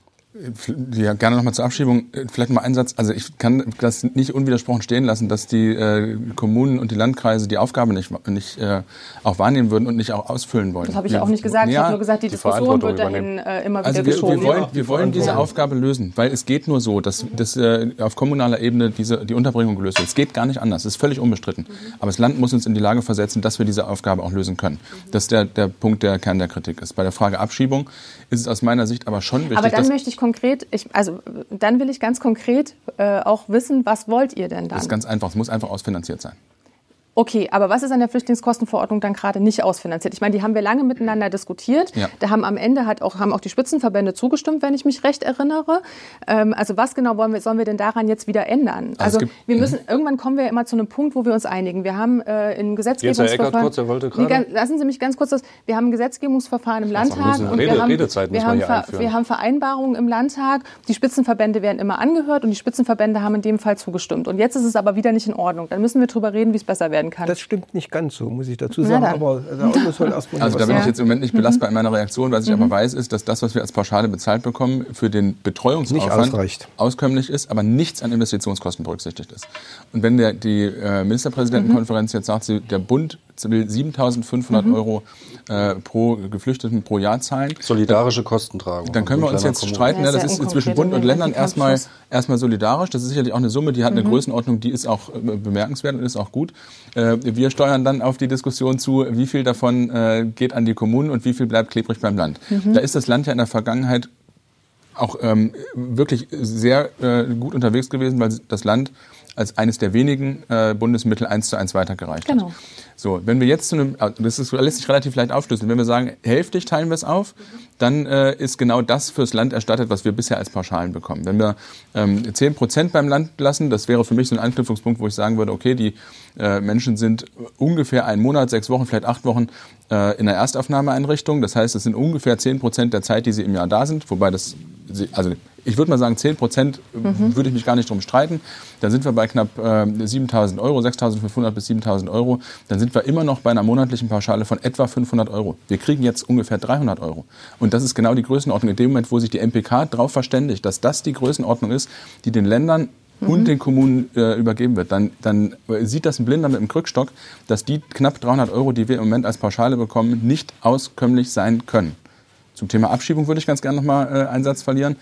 Ja, gerne nochmal zur Abschiebung. Vielleicht mal ein Satz. Also ich kann das nicht unwidersprochen stehen lassen, dass die äh, Kommunen und die Landkreise die Aufgabe nicht, nicht äh, auch wahrnehmen würden und nicht auch ausfüllen wollen.
Das habe ich ja auch nicht gesagt. Ja, ich habe nur gesagt, die, die Diskussion wird dahin äh, immer wieder
also wir,
geschoben.
Wir wollen, wir wollen diese Aufgabe lösen, weil es geht nur so, dass, dass äh, auf kommunaler Ebene diese, die Unterbringung gelöst wird. Es geht gar nicht anders. Das ist völlig unbestritten. Mhm. Aber das Land muss uns in die Lage versetzen, dass wir diese Aufgabe auch lösen können. Mhm. Das ist der, der Punkt, der Kern der Kritik ist. Bei der Frage Abschiebung ist es aus meiner Sicht aber schon wichtig,
aber dann
dass
möchte ich konkret, ich, also dann will ich ganz konkret äh, auch wissen, was wollt ihr denn dann?
Das ist ganz einfach, es muss einfach ausfinanziert sein.
Okay, aber was ist an der Flüchtlingskostenverordnung dann gerade nicht ausfinanziert? Ich meine, die haben wir lange miteinander diskutiert. Ja. Da haben am Ende hat auch, haben auch die Spitzenverbände zugestimmt, wenn ich mich recht erinnere. Ähm, also was genau wollen wir, sollen wir denn daran jetzt wieder ändern? Also, also wir müssen, irgendwann kommen wir immer zu einem Punkt, wo wir uns einigen. Wir haben äh, in Gesetzgebungsverfahren...
Kurz, er wollte gerade.
Nee, lassen Sie mich ganz kurz das. Wir haben ein Gesetzgebungsverfahren im Landtag. Und
Rede,
wir haben,
Redezeit
wir,
müssen
haben
wir, hier einführen.
wir haben Vereinbarungen im Landtag. Die Spitzenverbände werden immer angehört und die Spitzenverbände haben in dem Fall zugestimmt. Und jetzt ist es aber wieder nicht in Ordnung. Dann müssen wir drüber reden, wie es besser werden kann.
Das stimmt nicht ganz so, muss ich dazu sagen, aber der Auto soll erstmal...
Also da bin ich jetzt im Moment nicht belastbar in meiner Reaktion, was ich mhm. aber weiß, ist, dass das, was wir als Pauschale bezahlt bekommen, für den Betreuungsaufwand auskömmlich ist, aber nichts an Investitionskosten berücksichtigt ist. Und wenn der, die äh, Ministerpräsidentenkonferenz mhm. jetzt sagt, sie, der Bund will siebentausendfünfhundert mhm. Euro äh, pro Geflüchteten pro Jahr zahlen.
Solidarische Kostentragung.
Dann können wir uns jetzt Kommunen. streiten. Ja, das ist, ist zwischen Bund und Ländern erstmal, erstmal solidarisch. Das ist sicherlich auch eine Summe, die hat eine mhm. Größenordnung, die ist auch äh, bemerkenswert und ist auch gut. Äh, wir steuern dann auf die Diskussion zu, wie viel davon äh, geht an die Kommunen und wie viel bleibt klebrig beim Land. Mhm. Da ist das Land ja in der Vergangenheit auch ähm, wirklich sehr äh, gut unterwegs gewesen, weil das Land als eines der wenigen äh, Bundesmittel eins zu eins weitergereicht genau. hat. So, wenn wir jetzt zu einem, das ist, lässt sich relativ leicht aufschlüsseln, wenn wir sagen, hälftig teilen wir es auf, dann äh, ist genau das fürs Land erstattet, was wir bisher als Pauschalen bekommen. Wenn wir ähm, zehn Prozent beim Land lassen, das wäre für mich so ein Anknüpfungspunkt, wo ich sagen würde, okay, die äh, Menschen sind ungefähr einen Monat, sechs Wochen, vielleicht acht Wochen äh, in der Erstaufnahmeeinrichtung. Das heißt, es sind ungefähr zehn Prozent der Zeit, die sie im Jahr da sind, wobei das, also ich würde mal sagen, zehn Prozent mhm. würde ich mich gar nicht drum streiten. Dann sind wir bei knapp äh, siebentausend Euro, sechstausendfünfhundert bis siebentausend Euro. Dann sind wir immer noch bei einer monatlichen Pauschale von etwa fünfhundert Euro. Wir kriegen jetzt ungefähr dreihundert Euro. Und das ist genau die Größenordnung. In dem Moment, wo sich die M P K darauf verständigt, dass das die Größenordnung ist, die den Ländern mhm. und den Kommunen äh, übergeben wird, dann, dann sieht das ein Blinder mit dem Krückstock, dass die knapp dreihundert Euro, die wir im Moment als Pauschale bekommen, nicht auskömmlich sein können. Zum Thema Abschiebung würde ich ganz gerne noch mal äh, einen Satz verlieren.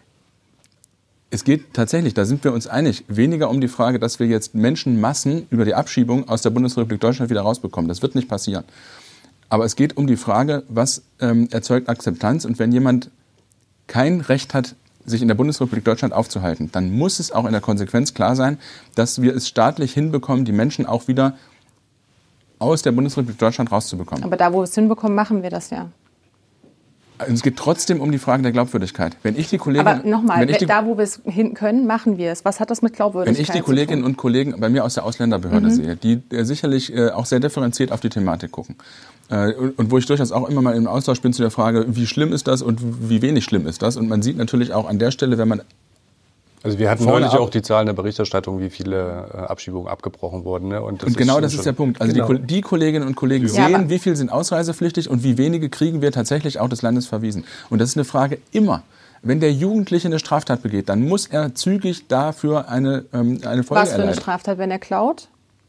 Es geht tatsächlich, da sind wir uns einig, weniger um die Frage, dass wir jetzt Menschenmassen über die Abschiebung aus der Bundesrepublik Deutschland wieder rausbekommen. Das wird nicht passieren. Aber es geht um die Frage, was ähm, erzeugt Akzeptanz. Und wenn jemand kein Recht hat, sich in der Bundesrepublik Deutschland aufzuhalten, dann muss es auch in der Konsequenz klar sein, dass wir es staatlich hinbekommen, die Menschen auch wieder aus der Bundesrepublik Deutschland rauszubekommen.
Aber da, wo wir es hinbekommen, machen wir das ja.
Es geht trotzdem um die Frage der Glaubwürdigkeit. Wenn ich die Kollegin,
Aber nochmal, da wo wir es hin können, machen wir es. Was hat das mit Glaubwürdigkeit
zu tun? Wenn ich die Kolleginnen und Kollegen bei mir aus der Ausländerbehörde mhm. sehe, die äh, sicherlich äh, auch sehr differenziert auf die Thematik gucken äh, und, und wo ich durchaus auch immer mal im Austausch bin zu der Frage, wie schlimm ist das und wie wenig schlimm ist das? Und man sieht natürlich auch an der Stelle, wenn man
Also wir hatten neulich auch die Zahlen der Berichterstattung, wie viele äh, Abschiebungen abgebrochen wurden. Ne? Und, das
und genau
ist
das ist der Punkt. Also genau. die, die Kolleginnen und Kollegen ja. sehen, wie viel sind ausreisepflichtig und wie wenige kriegen wir tatsächlich auch des Landes verwiesen. Und das ist eine Frage immer. Wenn der Jugendliche eine Straftat begeht, dann muss er zügig dafür eine, ähm, eine Folge
Was für eine erleiden. Straftat, wenn er klaut?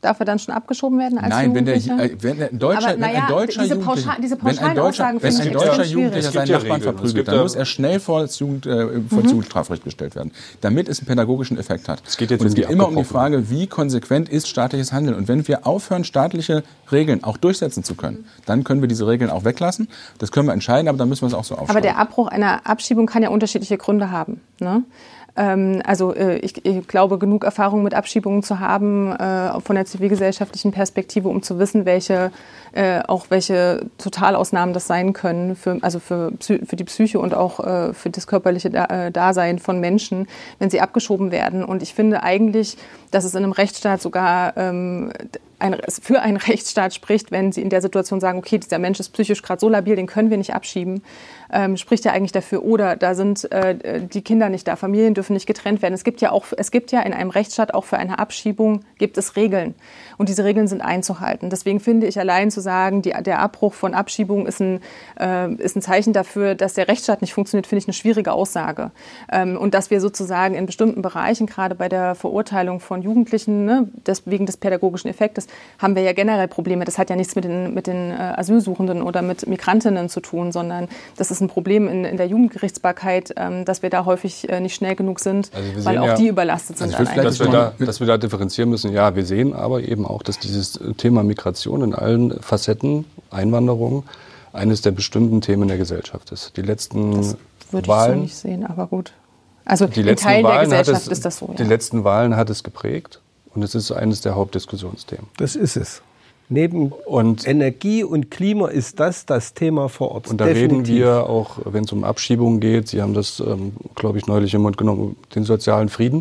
Darf er dann schon abgeschoben werden als
Nein, wenn, der,
Jugendlicher?
wenn ein deutscher,
Aber, naja,
wenn ein deutscher
diese
Jugendlicher,
Pauschal- diese
wenn ein
pauschalen
deutscher,
Aussagen
wenn
finde
ein
ich
deutscher
extrem
Jugendlicher
schwierig.
seinen
ja
Nachbarn
Regeln. Es
verprügelt,
gibt
dann
ja-
muss er schnell vor das Jugend, äh, vor das Jugendstrafrecht gestellt werden, damit es einen pädagogischen Effekt hat.
Es geht jetzt
und es
um die
geht immer um die
Abgebrochenen.
Frage, wie konsequent ist staatliches Handeln. Und wenn wir aufhören, staatliche Regeln auch durchsetzen zu können, dann können wir diese Regeln auch weglassen. Das können wir entscheiden, aber dann müssen wir es auch so aufschreiben.
Aber der Abbruch einer Abschiebung kann ja unterschiedliche Gründe haben. Ne? Ähm, also äh, ich, ich glaube, genug Erfahrung mit Abschiebungen zu haben, äh, von der zivilgesellschaftlichen Perspektive, um zu wissen, welche äh, auch welche Totalausnahmen das sein können, für, also für, Psy- für die Psyche und auch äh, für das körperliche da- äh, Dasein von Menschen, wenn sie abgeschoben werden. Und ich finde eigentlich, dass es in einem Rechtsstaat sogar ähm, ein, für einen Rechtsstaat spricht, wenn sie in der Situation sagen, okay, dieser Mensch ist psychisch gerade so labil, den können wir nicht abschieben, ähm, spricht ja eigentlich dafür. Oder da sind äh, die Kinder nicht da, Familien dürfen nicht getrennt werden. Es gibt ja auch, es gibt ja in einem Rechtsstaat auch für eine Abschiebung gibt es Regeln. Und diese Regeln sind einzuhalten. Deswegen finde ich allein zu sagen, die, der Abbruch von Abschiebungen ist ein, äh, ist ein Zeichen dafür, dass der Rechtsstaat nicht funktioniert, finde ich eine schwierige Aussage. Ähm, und dass wir sozusagen in bestimmten Bereichen, gerade bei der Verurteilung von Jugendlichen, ne, des, wegen des pädagogischen Effektes, haben wir ja generell Probleme. Das hat ja nichts mit den, mit den äh, Asylsuchenden oder mit Migrantinnen zu tun, sondern das ist ein Problem in, in der Jugendgerichtsbarkeit, ähm, dass wir da häufig äh, nicht schnell genug sind,
Also wir
weil
sehen
auch
ja-
die überlastet sind.
Also ich will
an
Dass
einem
wir,
Eigentlich
da, dass wir da differenzieren müssen. Ja, wir sehen aber eben auch, dass dieses Thema Migration in allen Facetten, Einwanderung, eines der bestimmten Themen der Gesellschaft ist. Die letzten
Würde ich so
Wahlen,
nicht sehen, aber gut. Also
die
in
letzten
Teilen der
Wahlen hat
Gesellschaft
es,
ist das so.
die
Ja.
letzten Wahlen hat es geprägt und es ist eines der Hauptdiskussionsthemen.
Das ist es. Neben
Und
Energie und Klima ist das das Thema vor Ort.
Und da reden wir auch, wenn es um Abschiebungen geht, Sie haben das, ähm, glaube ich, neulich im Mund genommen, den sozialen Frieden,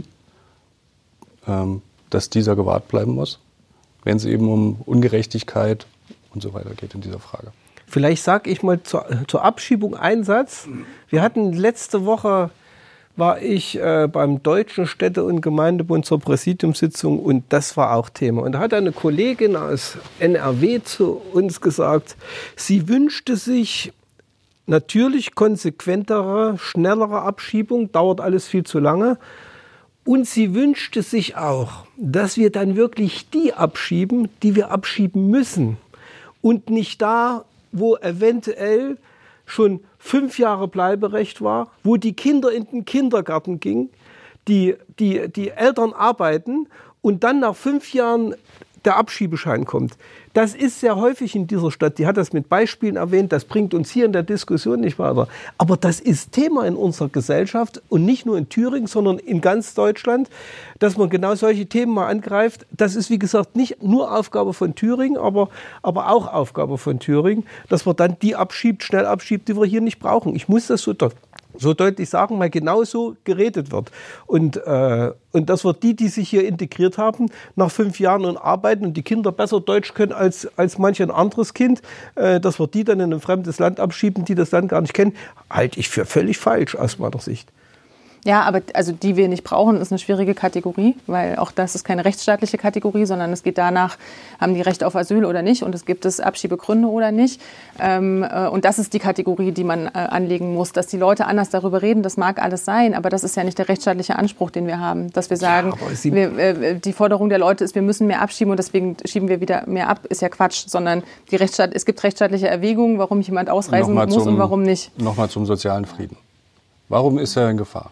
ähm, dass dieser gewahrt bleiben muss, wenn es eben um Ungerechtigkeit und so weiter geht in dieser Frage.
Vielleicht sage ich mal zur, zur Abschiebung einen Satz. Wir hatten letzte Woche, war ich äh, beim Deutschen Städte- und Gemeindebund zur Präsidiumssitzung und das war auch Thema. Und da hat eine Kollegin aus N R W zu uns gesagt, sie wünschte sich natürlich konsequentere, schnellere Abschiebung, dauert alles viel zu lange. Und sie wünschte sich auch, dass wir dann wirklich die abschieben, die wir abschieben müssen. Und nicht da, wo eventuell schon fünf Jahre Bleiberecht war, wo die Kinder in den Kindergarten gingen, die, die, die Eltern arbeiten und dann nach fünf Jahren der Abschiebeschein kommt. Das ist sehr häufig in dieser Stadt. Die hat das mit Beispielen erwähnt. Das bringt uns hier in der Diskussion nicht weiter. Aber das ist Thema in unserer Gesellschaft und nicht nur in Thüringen, sondern in ganz Deutschland, dass man genau solche Themen mal angreift. Das ist, wie gesagt, nicht nur Aufgabe von Thüringen, aber, aber auch Aufgabe von Thüringen, dass man dann die abschiebt, schnell abschiebt, die wir hier nicht brauchen. Ich muss das so dort so deutlich sagen, weil genauso geredet wird. Und, äh, und dass wir die, die sich hier integriert haben, nach fünf Jahren und arbeiten und die Kinder besser Deutsch können als, als manch ein anderes Kind, äh, dass wir die dann in ein fremdes Land abschieben, die das Land gar nicht kennen, halte ich für völlig falsch aus meiner Sicht.
Ja, aber also die wir nicht brauchen, ist eine schwierige Kategorie, weil auch das ist keine rechtsstaatliche Kategorie, sondern es geht danach, haben die Recht auf Asyl oder nicht und es gibt es Abschiebegründe oder nicht. Ähm, äh, und das ist die Kategorie, die man äh, anlegen muss, dass die Leute anders darüber reden, das mag alles sein, aber das ist ja nicht der rechtsstaatliche Anspruch, den wir haben, dass wir sagen,
Ja,
wir, äh, die Forderung der Leute ist, wir müssen mehr abschieben und deswegen schieben wir wieder mehr ab, ist ja Quatsch, sondern die Rechtsstaat, es gibt rechtsstaatliche Erwägungen, warum jemand ausreisen
Nochmal
muss
zum,
und warum nicht.
Nochmal zum sozialen Frieden. Warum ist er in Gefahr?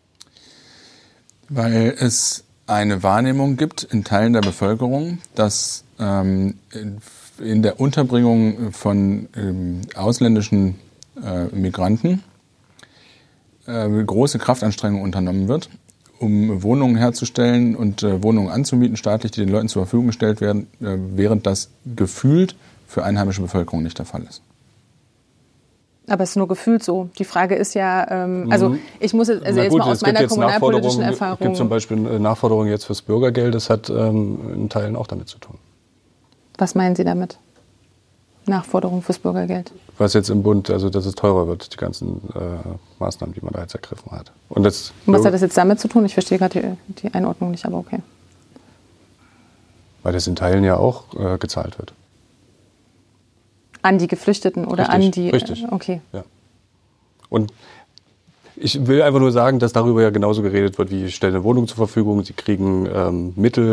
Weil es eine Wahrnehmung gibt in Teilen der Bevölkerung, dass ähm, in der Unterbringung von ähm, ausländischen äh, Migranten äh, große Kraftanstrengung unternommen wird, um Wohnungen herzustellen und äh, Wohnungen anzumieten, staatlich, die den Leuten zur Verfügung gestellt werden, äh, während das gefühlt für einheimische Bevölkerung nicht der Fall ist.
Aber es ist nur gefühlt so. Die Frage ist ja, ähm, also ich muss jetzt, also
Na
jetzt
gut,
mal aus
es gibt
meiner
jetzt
kommunalpolitischen
Nachforderungen,
Erfahrung.
Es gibt zum Beispiel eine Nachforderung jetzt fürs Bürgergeld, das hat ähm, in Teilen auch damit zu tun.
Was meinen Sie damit? Nachforderung fürs Bürgergeld?
Was jetzt im Bund, also dass es teurer wird, die ganzen äh, Maßnahmen, die man da jetzt ergriffen hat. Und, das
Und was hat das jetzt damit zu tun? Ich verstehe gerade die, die Einordnung nicht, aber okay.
Weil das in Teilen ja auch äh, gezahlt wird.
An die Geflüchteten oder
Richtig,
an die...
richtig.
Äh, okay.
Ja. Und ich will einfach nur sagen, dass darüber ja genauso geredet wird, wie ich stelle eine Wohnung zur Verfügung, sie kriegen ähm, Mittel,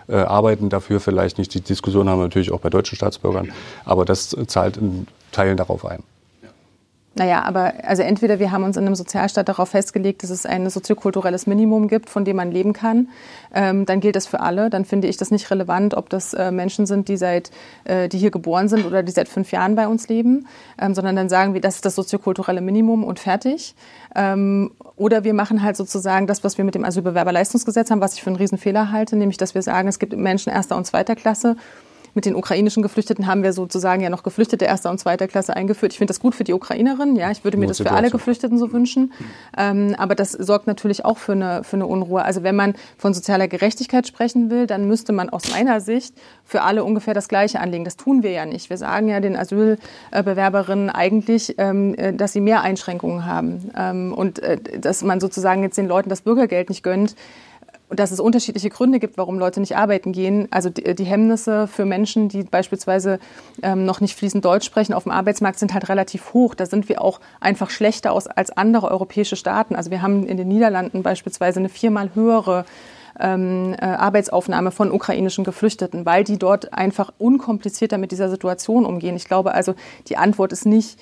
äh, arbeiten dafür vielleicht nicht. Die Diskussion haben wir natürlich auch bei deutschen Staatsbürgern, aber das zahlt in Teilen darauf ein.
Naja, aber also entweder wir haben uns in einem Sozialstaat darauf festgelegt, dass es ein soziokulturelles Minimum gibt, von dem man leben kann, ähm, dann gilt das für alle. Dann finde ich das nicht relevant, ob das äh, Menschen sind, die seit, äh, die hier geboren sind oder die seit fünf Jahren bei uns leben, ähm, sondern dann sagen wir, das ist das soziokulturelle Minimum und fertig. Ähm, oder wir machen halt sozusagen das, was wir mit dem Asylbewerberleistungsgesetz haben, was ich für einen Riesenfehler halte, nämlich dass wir sagen, es gibt Menschen erster und zweiter Klasse. Mit den ukrainischen Geflüchteten haben wir sozusagen ja noch Geflüchtete erster und zweiter Klasse eingeführt. Ich finde das gut für die Ukrainerinnen. Ja, ich würde mir das für alle Geflüchteten so wünschen. Ähm, aber das sorgt natürlich auch für eine, für eine Unruhe. Also wenn man von sozialer Gerechtigkeit sprechen will, dann müsste man aus meiner Sicht für alle ungefähr das Gleiche anlegen. Das tun wir ja nicht. Wir sagen ja den Asylbewerberinnen eigentlich, ähm, dass sie mehr Einschränkungen haben. Ähm, und äh, dass man sozusagen jetzt den Leuten das Bürgergeld nicht gönnt. Und dass es unterschiedliche Gründe gibt, warum Leute nicht arbeiten gehen. Also die, die Hemmnisse für Menschen, die beispielsweise ähm, noch nicht fließend Deutsch sprechen, auf dem Arbeitsmarkt sind halt relativ hoch. Da sind wir auch einfach schlechter aus als andere europäische Staaten. Also wir haben in den Niederlanden beispielsweise eine viermal höhere ähm, äh, Arbeitsaufnahme von ukrainischen Geflüchteten, weil die dort einfach unkomplizierter mit dieser Situation umgehen. Ich glaube also, die Antwort ist nicht,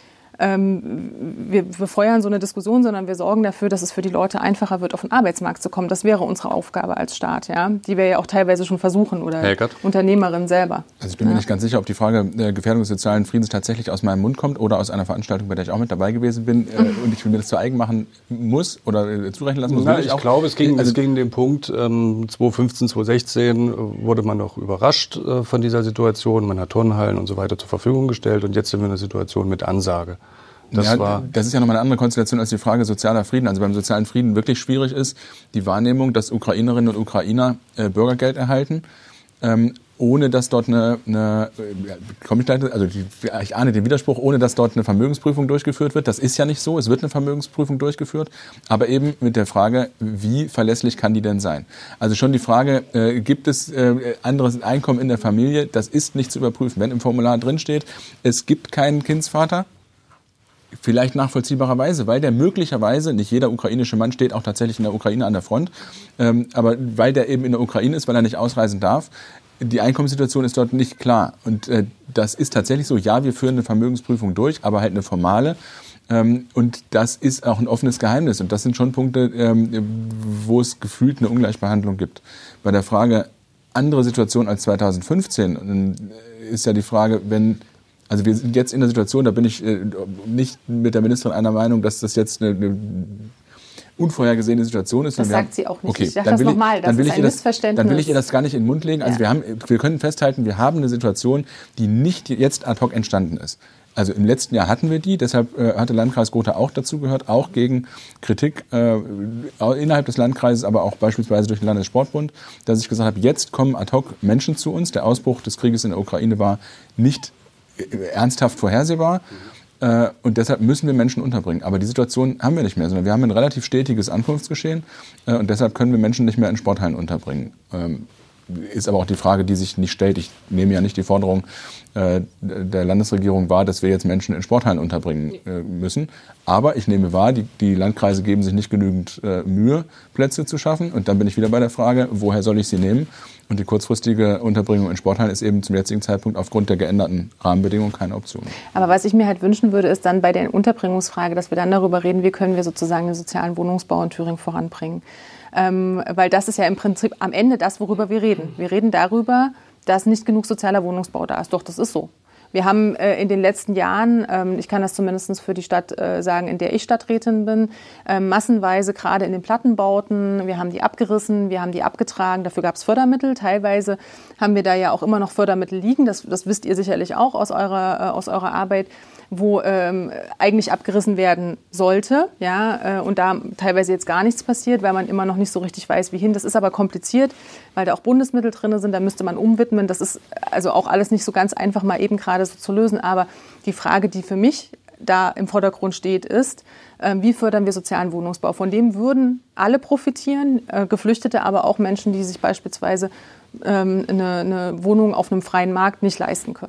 wir befeuern so eine Diskussion, sondern wir sorgen dafür, dass es für die Leute einfacher wird, auf den Arbeitsmarkt zu kommen. Das wäre unsere Aufgabe als Staat, ja, die wir ja auch teilweise schon versuchen oder Helgert. Unternehmerinnen selber.
Also ich bin ja. mir nicht ganz sicher, ob die Frage der Gefährdung des sozialen Friedens tatsächlich aus meinem Mund kommt oder aus einer Veranstaltung, bei der ich auch mit dabei gewesen bin äh, und ich mir das zu eigen machen muss oder äh, zurechnen lassen muss.
Na, ich ich glaube, es ging, also, es ging den Punkt, ähm, zweitausendfünfzehn, zweitausendsechzehn wurde man noch überrascht äh, von dieser Situation. Man hat Turnhallen und so weiter zur Verfügung gestellt und jetzt sind wir in einer Situation mit Ansage.
Das, ja, war das ist ja nochmal eine andere Konstellation als die Frage sozialer Frieden. Also beim sozialen Frieden wirklich schwierig ist die Wahrnehmung, dass Ukrainerinnen und Ukrainer äh, Bürgergeld erhalten, ähm, ohne dass dort eine, eine komme ich gleich, also die, ich ahne den Widerspruch, ohne dass dort eine Vermögensprüfung durchgeführt wird. Das ist ja nicht so. Es wird eine Vermögensprüfung durchgeführt, aber eben mit der Frage, wie verlässlich kann die denn sein? Also schon die Frage, äh, gibt es äh, anderes Einkommen in der Familie? Das ist nicht zu überprüfen. Wenn im Formular drinsteht, es gibt keinen Kindsvater, vielleicht nachvollziehbarerweise, weil der möglicherweise, nicht jeder ukrainische Mann steht auch tatsächlich in der Ukraine an der Front, ähm, aber weil der eben in der Ukraine ist, weil er nicht ausreisen darf, die Einkommenssituation ist dort nicht klar. Und äh, das ist tatsächlich so, ja, wir führen eine Vermögensprüfung durch, aber halt eine formale. Ähm, und das ist auch ein offenes Geheimnis. Und das sind schon Punkte, ähm, wo es gefühlt eine Ungleichbehandlung gibt. Bei der Frage, andere Situation als zweitausendfünfzehn, äh, ist ja die Frage, wenn Also wir sind jetzt in der Situation, da bin ich äh, nicht mit der Ministerin einer Meinung, dass das jetzt eine, eine unvorhergesehene Situation ist.
Das
wir
sagt
haben,
sie auch nicht.
Okay,
ich sage das nochmal, das ist ein Missverständnis.
Dann will ich ihr das gar nicht in den Mund legen. Also ja. wir, haben, wir können festhalten, wir haben eine Situation, die nicht jetzt ad hoc entstanden ist. Also im letzten Jahr hatten wir die, deshalb äh, hatte Landkreis Gotha auch dazu gehört, auch gegen Kritik äh, innerhalb des Landkreises, aber auch beispielsweise durch den Landessportbund, dass ich gesagt habe, jetzt kommen ad hoc Menschen zu uns. Der Ausbruch des Krieges in der Ukraine war nicht ernsthaft vorhersehbar äh, und deshalb müssen wir Menschen unterbringen. Aber die Situation haben wir nicht mehr, sondern wir haben ein relativ stetiges Ankunftsgeschehen äh, und deshalb können wir Menschen nicht mehr in Sporthallen unterbringen. Ähm, ist aber auch die Frage, die sich nicht stellt. Ich nehme ja nicht die Forderung äh, der Landesregierung wahr, dass wir jetzt Menschen in Sporthallen unterbringen äh, müssen. Aber ich nehme wahr, die, die Landkreise geben sich nicht genügend äh, Mühe, Plätze zu schaffen. Und dann bin ich wieder bei der Frage, woher soll ich sie nehmen? Und die kurzfristige Unterbringung in Sporthallen ist eben zum jetzigen Zeitpunkt aufgrund der geänderten Rahmenbedingungen keine Option.
Aber was ich mir halt wünschen würde, ist dann bei der Unterbringungsfrage, dass wir dann darüber reden, wie können wir sozusagen den sozialen Wohnungsbau in Thüringen voranbringen. Ähm, weil das ist ja im Prinzip am Ende das, worüber wir reden. Wir reden darüber, dass nicht genug sozialer Wohnungsbau da ist. Doch, das ist so. Wir haben äh, in den letzten Jahren, ähm, ich kann das zumindest für die Stadt äh, sagen, in der ich Stadträtin bin, äh, massenweise gerade in den Plattenbauten, wir haben die abgerissen, wir haben die abgetragen, dafür gab es Fördermittel. Teilweise haben wir da ja auch immer noch Fördermittel liegen, das, das wisst ihr sicherlich auch aus eurer, äh, aus eurer Arbeit, wo ähm, eigentlich abgerissen werden sollte, ja, äh, und da teilweise jetzt gar nichts passiert, weil man immer noch nicht so richtig weiß, wie hin. Das ist aber kompliziert, weil da auch Bundesmittel drin sind, da müsste man umwidmen. Das ist also auch alles nicht so ganz einfach mal eben gerade so zu lösen. Aber die Frage, die für mich da im Vordergrund steht, ist, äh, wie fördern wir sozialen Wohnungsbau? Von dem würden alle profitieren, äh, Geflüchtete, aber auch Menschen, die sich beispielsweise ähm, eine, eine Wohnung auf einem freien Markt nicht leisten können.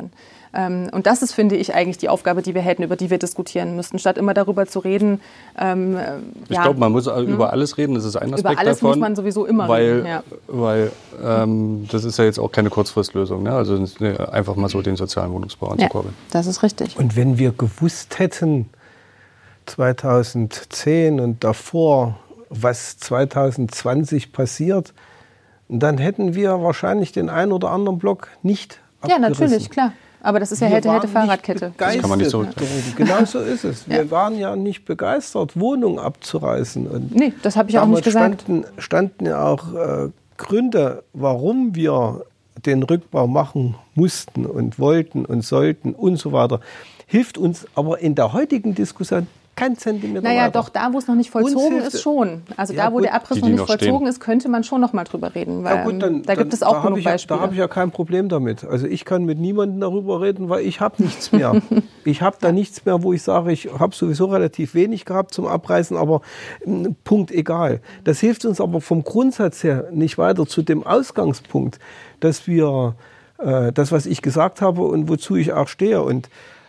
Ähm, und das ist, finde ich, eigentlich die Aufgabe, die wir hätten, über die wir diskutieren müssten, statt immer darüber zu reden. Ähm,
ich
ja,
glaube, man muss hm? über alles reden, das ist ein Aspekt davon.
Über alles
davon,
muss man sowieso immer
weil,
reden. Ja.
Weil ähm, das ist ja jetzt auch keine Kurzfristlösung, ne? Also einfach mal so den sozialen Wohnungsbau anzukurbeln.
Ja, das ist richtig.
Und wenn wir gewusst hätten, zweitausendzehn und davor, was zweitausendzwanzig passiert, dann hätten wir wahrscheinlich den einen oder anderen Block nicht abgerissen.
Ja, natürlich, klar. Aber das ist ja hätte, hätte Fahrradkette.
Das
kann man nicht so.
Genau so ist es. Wir
ja.
waren ja nicht begeistert, Wohnungen abzureißen. Und
nee, das habe ich auch nicht gesagt.
Standen, standen ja auch äh, Gründe, warum wir den Rückbau machen mussten und wollten und sollten und so weiter. Hilft uns aber in der heutigen Diskussion kein Zentimeter
Naja,
weiter.
doch, da, wo es noch nicht vollzogen ist, schon. Also ja, da, wo gut, der Abriss noch nicht noch vollzogen stehen. ist, könnte man schon noch mal drüber reden. Weil, ja, gut, dann, da gibt dann, es auch genug Beispiele.
Da habe ich ja kein Problem damit. Also ich kann mit niemandem darüber reden, weil ich habe nichts mehr. ich habe da nichts mehr, wo ich sage, ich habe sowieso relativ wenig gehabt zum Abreißen, aber Punkt, egal. Das hilft uns aber vom Grundsatz her nicht weiter zu dem Ausgangspunkt, dass wir äh, das, was ich gesagt habe und wozu ich auch stehe und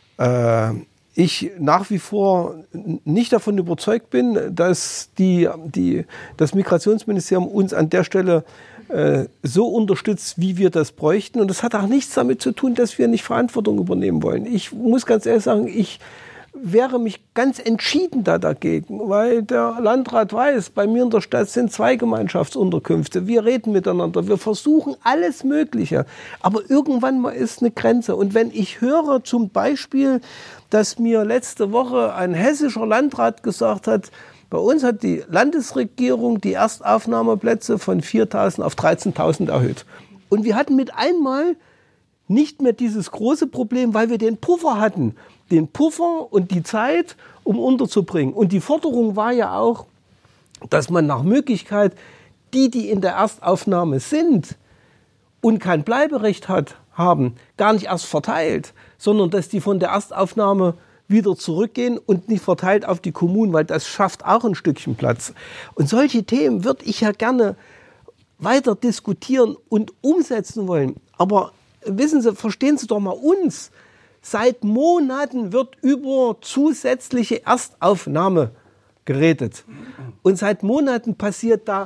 äh, ich nach wie vor nicht davon überzeugt bin, dass die, die, das Migrationsministerium uns an der Stelle äh, so unterstützt, wie wir das bräuchten. Und das hat auch nichts damit zu tun, dass wir nicht Verantwortung übernehmen wollen. Ich muss ganz ehrlich sagen, ich wehre mich ganz entschieden da dagegen, weil der Landrat weiß, bei mir in der Stadt sind zwei Gemeinschaftsunterkünfte. Wir reden miteinander, wir versuchen alles Mögliche. Aber irgendwann mal ist eine Grenze. Und wenn ich höre zum Beispiel, dass mir letzte Woche ein hessischer Landrat gesagt hat, bei uns hat die Landesregierung die Erstaufnahmeplätze von viertausend auf dreizehntausend erhöht. Und wir hatten mit einmal nicht mehr dieses große Problem, weil wir den Puffer hatten. Den Puffer und die Zeit, um unterzubringen. Und die Forderung war ja auch, dass man nach Möglichkeit die, die in der Erstaufnahme sind und kein Bleiberecht hat, haben, gar nicht erst verteilt, sondern dass die von der Erstaufnahme wieder zurückgehen und nicht verteilt auf die Kommunen, weil das schafft auch ein Stückchen Platz. Und solche Themen würde ich ja gerne weiter diskutieren und umsetzen wollen. Aber wissen Sie, verstehen Sie doch mal uns. Seit Monaten wird über zusätzliche Erstaufnahme geredet. Und seit Monaten passiert da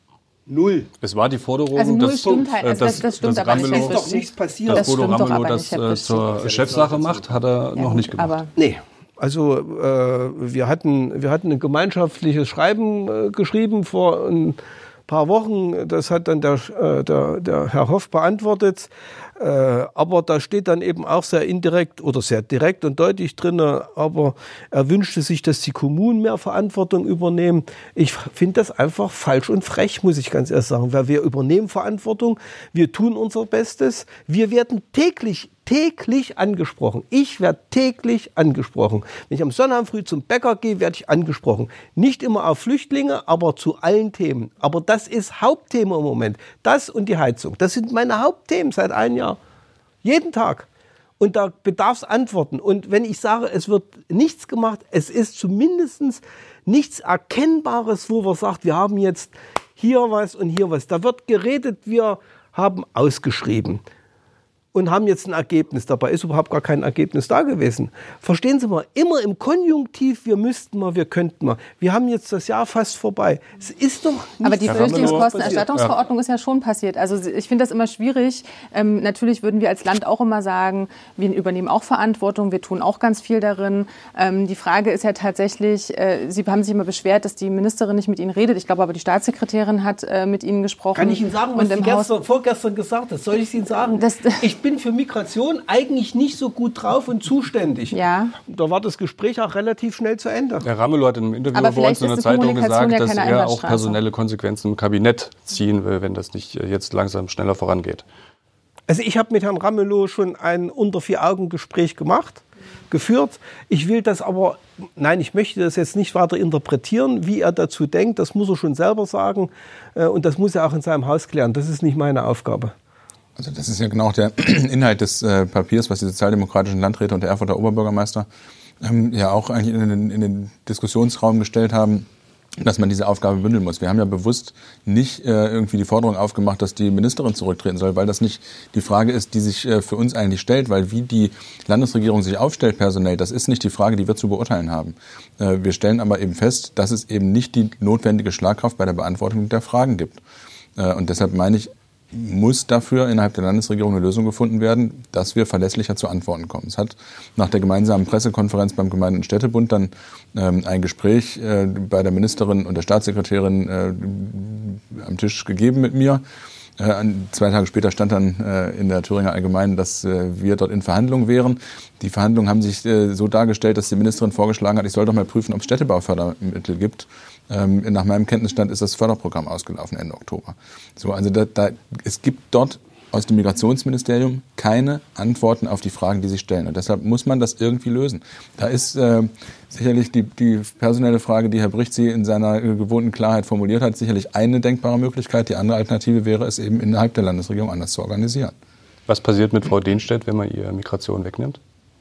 null.
Es war die Forderung,
also null
dass,
stimmt halt, also das, das stimmt
dass
aber nicht.
Es ist doch nichts passiert.
Dass Bodo Ramelow das äh, zur Chefsache macht, hat er ja, noch nicht gemacht.
Aber nee. Also äh, wir hatten wir hatten ein gemeinschaftliches Schreiben äh, geschrieben vor ein paar Wochen. Das hat dann der, äh, der, der Herr Hoff beantwortet. Äh, aber da steht dann eben auch sehr indirekt oder sehr direkt und deutlich drin, aber er wünschte sich, dass die Kommunen mehr Verantwortung übernehmen. Ich finde das einfach falsch und frech, muss ich ganz ehrlich sagen, weil wir übernehmen Verantwortung, wir tun unser Bestes, wir werden täglich täglich angesprochen. Ich werde täglich angesprochen. Wenn ich am Sonntag früh zum Bäcker gehe, werde ich angesprochen. Nicht immer auf Flüchtlinge, aber zu allen Themen. Aber das ist Hauptthema im Moment. Das und die Heizung. Das sind meine Hauptthemen seit einem Jahr. Jeden Tag. Und da bedarf es Antworten. Und wenn ich sage, es wird nichts gemacht, es ist zumindest nichts Erkennbares, wo man sagt, wir haben jetzt hier was und hier was. Da wird geredet, wir haben ausgeschrieben und haben jetzt ein Ergebnis. Dabei ist überhaupt gar kein Ergebnis da gewesen. Verstehen Sie mal, immer im Konjunktiv, wir müssten mal, wir könnten mal. Wir haben jetzt das Jahr fast vorbei. Es ist doch nicht.
Aber die Flüchtlingskostenerstattungsverordnung ist ja schon passiert. Also ich finde das immer schwierig. Ähm, natürlich würden wir als Land auch immer sagen, wir übernehmen auch Verantwortung, wir tun auch ganz viel darin. Ähm, die Frage ist ja tatsächlich, äh, Sie haben sich immer beschwert, dass die Ministerin nicht mit Ihnen redet. Ich glaube aber, die Staatssekretärin hat äh, mit Ihnen gesprochen.
Kann ich Ihnen sagen, was sie gestern, vorgestern gesagt hat? Soll ich Ihnen sagen? Das, ich bin für Migration eigentlich nicht so gut drauf und zuständig.
Ja.
Da war das Gespräch auch relativ schnell zu Ende.
Herr Ramelow hat in einem Interview bei uns in der Zeitung gesagt,
ja
dass er auch personelle Konsequenzen im Kabinett ziehen will, wenn das nicht jetzt langsam schneller vorangeht.
Also ich habe mit Herrn Ramelow schon ein Unter-vier-Augen-Gespräch gemacht, geführt. Ich will das aber, nein, ich möchte das jetzt nicht weiter interpretieren, wie er dazu denkt. Das muss er schon selber sagen und das muss er auch in seinem Haus klären. Das ist nicht meine Aufgabe.
Also das ist ja genau der Inhalt des äh, Papiers, was die sozialdemokratischen Landräte und der Erfurter Oberbürgermeister ähm, ja auch eigentlich in den, in den Diskussionsraum gestellt haben. dass man diese Aufgabe bündeln muss. Wir haben ja bewusst nicht äh, irgendwie die Forderung aufgemacht, dass die Ministerin zurücktreten soll, weil das nicht die Frage ist, die sich äh, für uns eigentlich stellt, weil wie die Landesregierung sich aufstellt personell, das ist nicht die Frage, die wir zu beurteilen haben. Äh, wir stellen aber eben fest, dass es eben nicht die notwendige Schlagkraft bei der Beantwortung der Fragen gibt. Äh, und deshalb meine ich, muss dafür innerhalb der Landesregierung eine Lösung gefunden werden, dass wir verlässlicher zu Antworten kommen. Es hat nach der gemeinsamen Pressekonferenz beim Gemeinde- und Städtebund dann ähm, ein Gespräch äh, bei der Ministerin und der Staatssekretärin äh, am Tisch gegeben mit mir. Äh, zwei Tage später stand dann äh, in der Thüringer Allgemeinen, dass äh, wir dort in Verhandlungen wären. Die Verhandlungen haben sich äh, so dargestellt, dass die Ministerin vorgeschlagen hat, ich soll doch mal prüfen, ob es Städtebaufördermittel gibt. Ähm, nach meinem Kenntnisstand ist das Förderprogramm ausgelaufen Ende Oktober. So, also da, da, es gibt dort aus dem Migrationsministerium keine Antworten auf die Fragen, die sich stellen. Und deshalb muss man das irgendwie lösen. Da ist äh, sicherlich die, die personelle Frage, die Herr Brichtsi in seiner gewohnten Klarheit formuliert hat, sicherlich eine denkbare Möglichkeit. Die andere Alternative wäre es eben innerhalb der Landesregierung anders zu organisieren.
Was passiert mit Frau Dehnstedt, wenn man ihr Migration wegnimmt?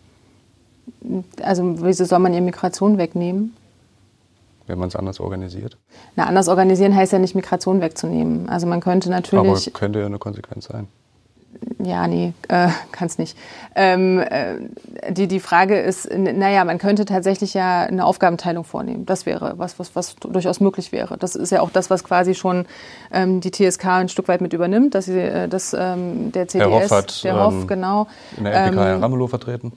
Also wieso soll man ihr Migration wegnehmen?
Wenn man es anders organisiert?
Na, anders organisieren heißt ja nicht, Migration wegzunehmen. Also man könnte natürlich...
Aber könnte ja eine Konsequenz sein.
Ja, nee, äh, kann es nicht. Ähm, äh, die, die Frage ist, naja, man könnte tatsächlich ja eine Aufgabenteilung vornehmen. Das wäre was, was, was durchaus möglich wäre. Das ist ja auch das, was quasi schon ähm, die T S K ein Stück weit mit übernimmt, dass sie, äh, dass ähm, der C D S,
Herr Hoff hat,
der Hoff,
ähm,
genau.
In der L P K Herr
ähm,
Ramelow vertreten?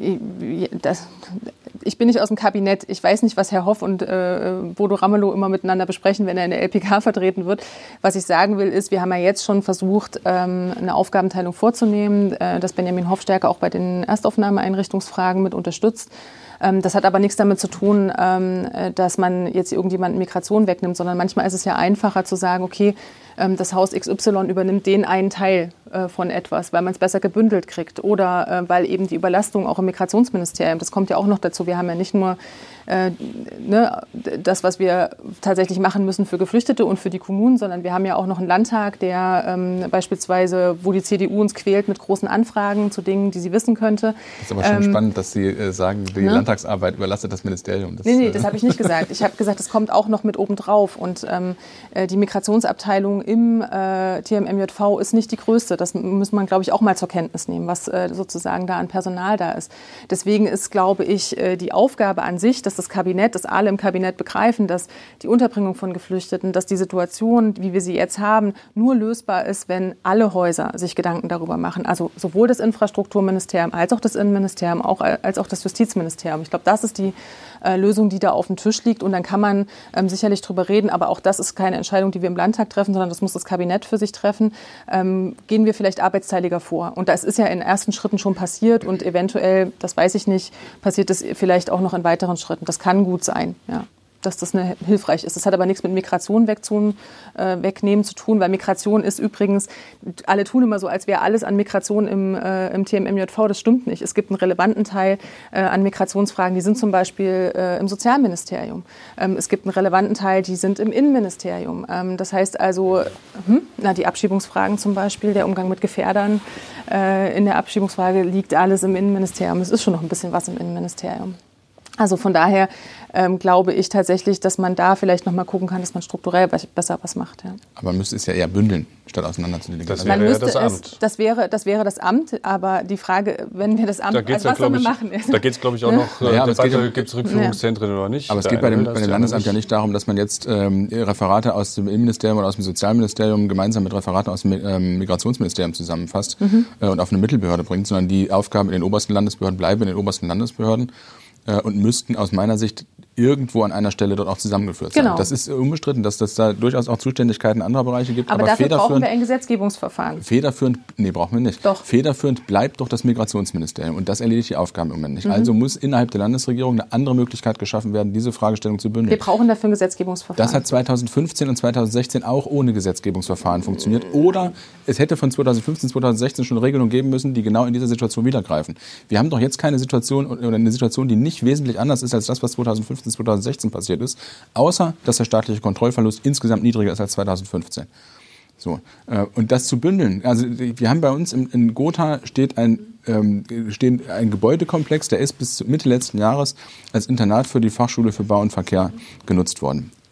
Das, ich bin nicht aus dem Kabinett. Ich weiß nicht, was Herr Hoff und äh, Bodo Ramelow immer miteinander besprechen, wenn er in der L P K vertreten wird. Was ich sagen will, ist, wir haben ja jetzt schon versucht, ähm, eine Aufgabenteilung vorzunehmen, äh, dass Benjamin Hoff stärker auch bei den Erstaufnahmeeinrichtungsfragen mit unterstützt. Ähm, das hat aber nichts damit zu tun, ähm, dass man jetzt irgendjemanden Migration wegnimmt, sondern manchmal ist es ja einfacher zu sagen, okay, ähm, das Haus X Y übernimmt den einen Teil äh, von etwas, weil man es besser gebündelt kriegt oder äh, weil eben die Überlastung auch im Migrationsministerium, das kommt ja auch noch dazu, wir haben ja nicht nur äh, ne, das, was wir tatsächlich machen müssen für Geflüchtete und für die Kommunen, sondern wir haben ja auch noch einen Landtag, der ähm, beispielsweise, wo die C D U uns quält mit großen Anfragen zu Dingen, die sie wissen könnte.
Das ist aber schon
ähm,
spannend, dass Sie äh, sagen, die ne? Landtagsarbeit überlastet das Ministerium. Das,
nee, nee,
äh
das habe ich nicht gesagt. Ich habe gesagt, es kommt auch noch mit oben drauf. Und ähm, die Migrationsabteilung im äh, T M M J V ist nicht die größte. Das muss man, glaube ich, auch mal zur Kenntnis nehmen, was äh, sozusagen da an Personal da ist. Deswegen ist, glaube ich, äh, die Aufgabe an sich, dass das Kabinett, dass alle im Kabinett begreifen, dass die Unterbringung von Geflüchteten, dass die Situation, wie wir sie jetzt haben, nur lösbar ist, wenn alle Häuser sich Gedanken darüber machen. Also sowohl das Infrastrukturministerium als auch das Innenministerium, auch, als auch das Justizministerium. Ich glaube, das ist die äh, Lösung, die da auf dem Tisch liegt. Und dann kann man ähm, sicherlich drüber reden, aber auch das ist keine Entscheidung, die wir im Landtag treffen, sondern das muss das Kabinett für sich treffen. Ähm, gehen wir vielleicht arbeitsteiliger vor? Und das ist ja in ersten Schritten schon passiert und eventuell, das weiß ich nicht, passiert es vielleicht auch noch in weiteren Schritten. Das kann gut sein, ja, dass das eine, hilfreich ist. Das hat aber nichts mit Migration wegtun, äh, wegnehmen zu tun, weil Migration ist übrigens, alle tun immer so, als wäre alles an Migration im, äh, im T M M J V. Das stimmt nicht. Es gibt einen relevanten Teil äh, an Migrationsfragen, die sind zum Beispiel äh, im Sozialministerium. Ähm, es gibt einen relevanten Teil, die sind im Innenministerium. Ähm, das heißt also, hm, na, die Abschiebungsfragen zum Beispiel, der Umgang mit Gefährdern äh, in der Abschiebungsfrage liegt alles im Innenministerium. Es ist schon noch ein bisschen was im Innenministerium. Also von daher ähm, glaube ich tatsächlich, dass man da vielleicht noch mal gucken kann, dass man strukturell besser was macht. Ja.
Aber man müsste es ja eher bündeln, statt auseinanderzunehmen.
Das
man
wäre
müsste
ja das
es,
Amt.
Das wäre, das wäre das Amt, aber die Frage, wenn wir das Amt,
da geht's
also was
ja,
sollen wir
ich,
machen?
Da geht es, glaube ich, auch noch,
ja, aber
Debatte,
gibt
es Rückführungszentren ja. oder nicht.
Aber es geht bei dem, bei dem Landesamt ja nicht darum, dass man jetzt ähm, Referate aus dem Innenministerium oder aus dem Sozialministerium gemeinsam mit Referaten aus dem ähm, Migrationsministerium zusammenfasst mhm. äh, und auf eine Mittelbehörde bringt, sondern die Aufgaben in den obersten Landesbehörden bleiben in den obersten Landesbehörden äh, und müssten aus meiner Sicht irgendwo an einer Stelle dort auch zusammengeführt sein.
Genau.
Das ist unbestritten, dass das da durchaus auch Zuständigkeiten anderer Bereiche gibt.
Aber, aber dafür brauchen wir ein Gesetzgebungsverfahren.
Federführend, nee, brauchen wir nicht.
Doch.
Federführend bleibt doch das Migrationsministerium und das erledigt die Aufgaben im Moment nicht. Mhm. Also muss innerhalb der Landesregierung eine andere Möglichkeit geschaffen werden, diese Fragestellung zu bündeln.
Wir brauchen dafür ein Gesetzgebungsverfahren.
Das hat zweitausendfünfzehn und zweitausendsechzehn auch ohne Gesetzgebungsverfahren funktioniert. Oder es hätte von zweitausendfünfzehn, zweitausendsechzehn schon Regelungen geben müssen, die genau in dieser Situation wiedergreifen. Wir haben doch jetzt keine Situation oder eine Situation, die nicht wesentlich anders ist als das, was zweitausendfünfzehn, zweitausendsechzehn passiert ist, außer dass der staatliche Kontrollverlust insgesamt niedriger ist als zweitausendfünfzehn. So, äh, und das zu bündeln, also wir haben bei uns in, in Gotha steht ein, ähm, stehen ein Gebäudekomplex, der ist bis Mitte letzten Jahres als Internat für die Fachschule für Bau und Verkehr genutzt worden.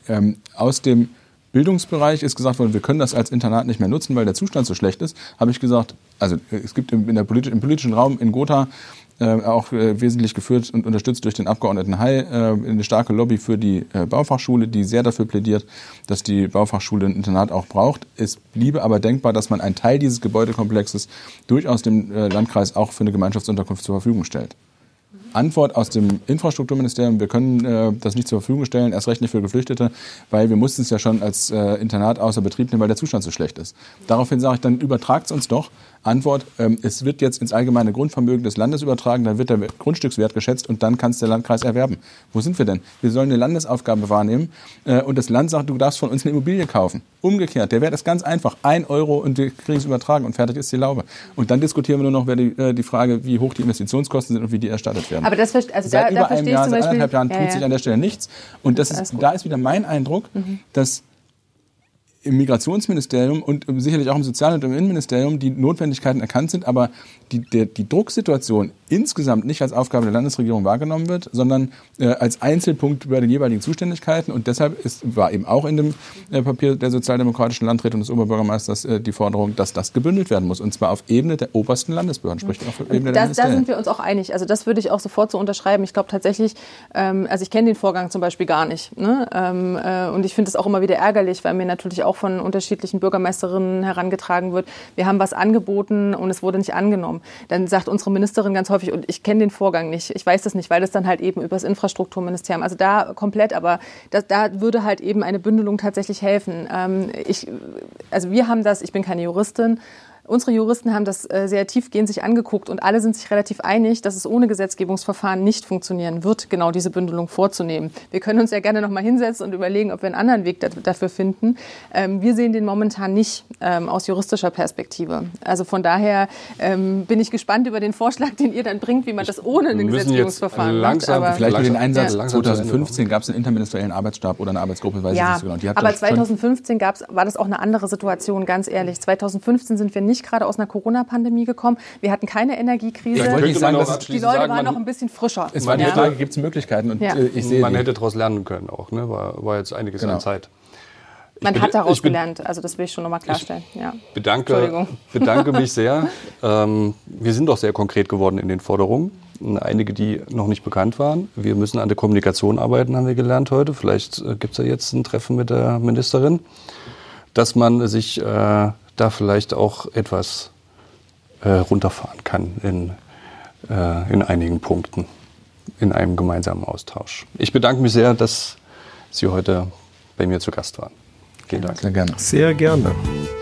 ähm, aus dem Bildungsbereich ist gesagt worden, wir können das als Internat nicht mehr nutzen, weil der Zustand so schlecht ist. Habe ich gesagt, also es gibt im, in der politi- im politischen Raum in Gotha äh, auch äh, wesentlich geführt und unterstützt durch den Abgeordneten Hay äh, eine starke Lobby für die äh, Baufachschule, die sehr dafür plädiert, dass die Baufachschule ein Internat auch braucht. Es bliebe aber denkbar, dass man einen Teil dieses Gebäudekomplexes durchaus dem äh, Landkreis auch für eine Gemeinschaftsunterkunft zur Verfügung stellt. Antwort aus dem Infrastrukturministerium, wir können äh, das nicht zur Verfügung stellen, erst recht nicht für Geflüchtete, weil wir mussten es ja schon als äh, Internat außer Betrieb nehmen, weil der Zustand so schlecht ist. Daraufhin sage ich, dann übertragt es uns doch. Antwort, ähm, es wird jetzt ins allgemeine Grundvermögen des Landes übertragen, dann wird der Grundstückswert geschätzt und dann kann es der Landkreis erwerben. Wo sind wir denn? Wir sollen eine Landesaufgabe wahrnehmen äh, und das Land sagt, du darfst von uns eine Immobilie kaufen. Umgekehrt, der Wert ist ganz einfach, ein Euro und wir kriegen es übertragen und fertig ist die Laube. Und dann diskutieren wir nur noch wer die, äh, die Frage, wie hoch die Investitionskosten sind und wie die erstattet werden.
Aber das, also
seit
da,
über
da
einem Jahr, seit anderthalb Jahren
ja,
tut sich
ja.
an der Stelle nichts. Und das
das
ist,
ist
da ist wieder mein Eindruck, mhm. dass im Migrationsministerium und sicherlich auch im Sozial- und im Innenministerium die Notwendigkeiten erkannt sind, aber die, der, die Drucksituation insgesamt nicht als Aufgabe der Landesregierung wahrgenommen wird, sondern äh, als Einzelpunkt über die jeweiligen Zuständigkeiten. Und deshalb ist, war eben auch in dem äh, Papier der sozialdemokratischen Landräte und des Oberbürgermeisters äh, die Forderung, dass das gebündelt werden muss. Und zwar auf Ebene der obersten Landesbehörden, sprich auf Ebene der
das, Da sind wir uns auch einig. Also das würde ich auch sofort so unterschreiben. Ich glaube tatsächlich, ähm, also ich kenne den Vorgang zum Beispiel gar nicht. Ne? Ähm, äh, und ich finde es auch immer wieder ärgerlich, weil mir natürlich auch von unterschiedlichen Bürgermeisterinnen herangetragen wird, wir haben was angeboten und es wurde nicht angenommen. Dann sagt unsere Ministerin ganz häufig, und ich kenne den Vorgang nicht, ich weiß das nicht, weil das dann halt eben über das Infrastrukturministerium, also da komplett, aber das, da würde halt eben eine Bündelung tatsächlich helfen. Ähm, ich, also wir haben das, ich bin keine Juristin, unsere Juristen haben das äh, sehr tiefgehend sich angeguckt und alle sind sich relativ einig, dass es ohne Gesetzgebungsverfahren nicht funktionieren wird, genau diese Bündelung vorzunehmen. Wir können uns ja gerne noch mal hinsetzen und überlegen, ob wir einen anderen Weg da, dafür finden. Ähm, wir sehen den momentan nicht ähm, aus juristischer Perspektive. Also von daher ähm, bin ich gespannt über den Vorschlag, den ihr dann bringt, wie man das ohne ein
langsam,
Gesetzgebungsverfahren macht. Aber
vielleicht mit den Einsatz,
ja.
zweitausendfünfzehn gab es einen interministeriellen Arbeitsstab oder eine Arbeitsgruppe, weiß
ja,
ich nicht so genau. Die hat
aber zweitausendfünfzehn gab's, war das auch eine andere Situation, ganz ehrlich. zweitausendfünfzehn sind wir nicht gerade aus einer Corona-Pandemie gekommen. Wir hatten keine Energiekrise.
Ich wollte nicht sagen, dass
die Leute sagen, waren noch ein bisschen frischer.
Es war die
ja.
Frage, gibt es Möglichkeiten? Und
ja.
äh, ich sehe
man
die.
hätte daraus lernen können auch. Ne? War, war jetzt einiges
genau.
an Zeit. Ich
man
bin,
hat daraus
bin,
gelernt. Also das will ich schon noch mal klarstellen.
Ich
ja.
bedanke, bedanke mich sehr. Ähm, wir sind doch sehr konkret geworden in den Forderungen. Einige, die noch nicht bekannt waren. Wir müssen an der Kommunikation arbeiten, haben wir gelernt heute. Vielleicht äh, gibt es ja jetzt ein Treffen mit der Ministerin, dass man sich äh, da vielleicht auch etwas äh, runterfahren kann in, äh, in einigen Punkten, in einem gemeinsamen Austausch. Ich bedanke mich sehr, dass Sie heute bei mir zu Gast waren. Vielen Dank.
Sehr gerne.
Sehr gerne.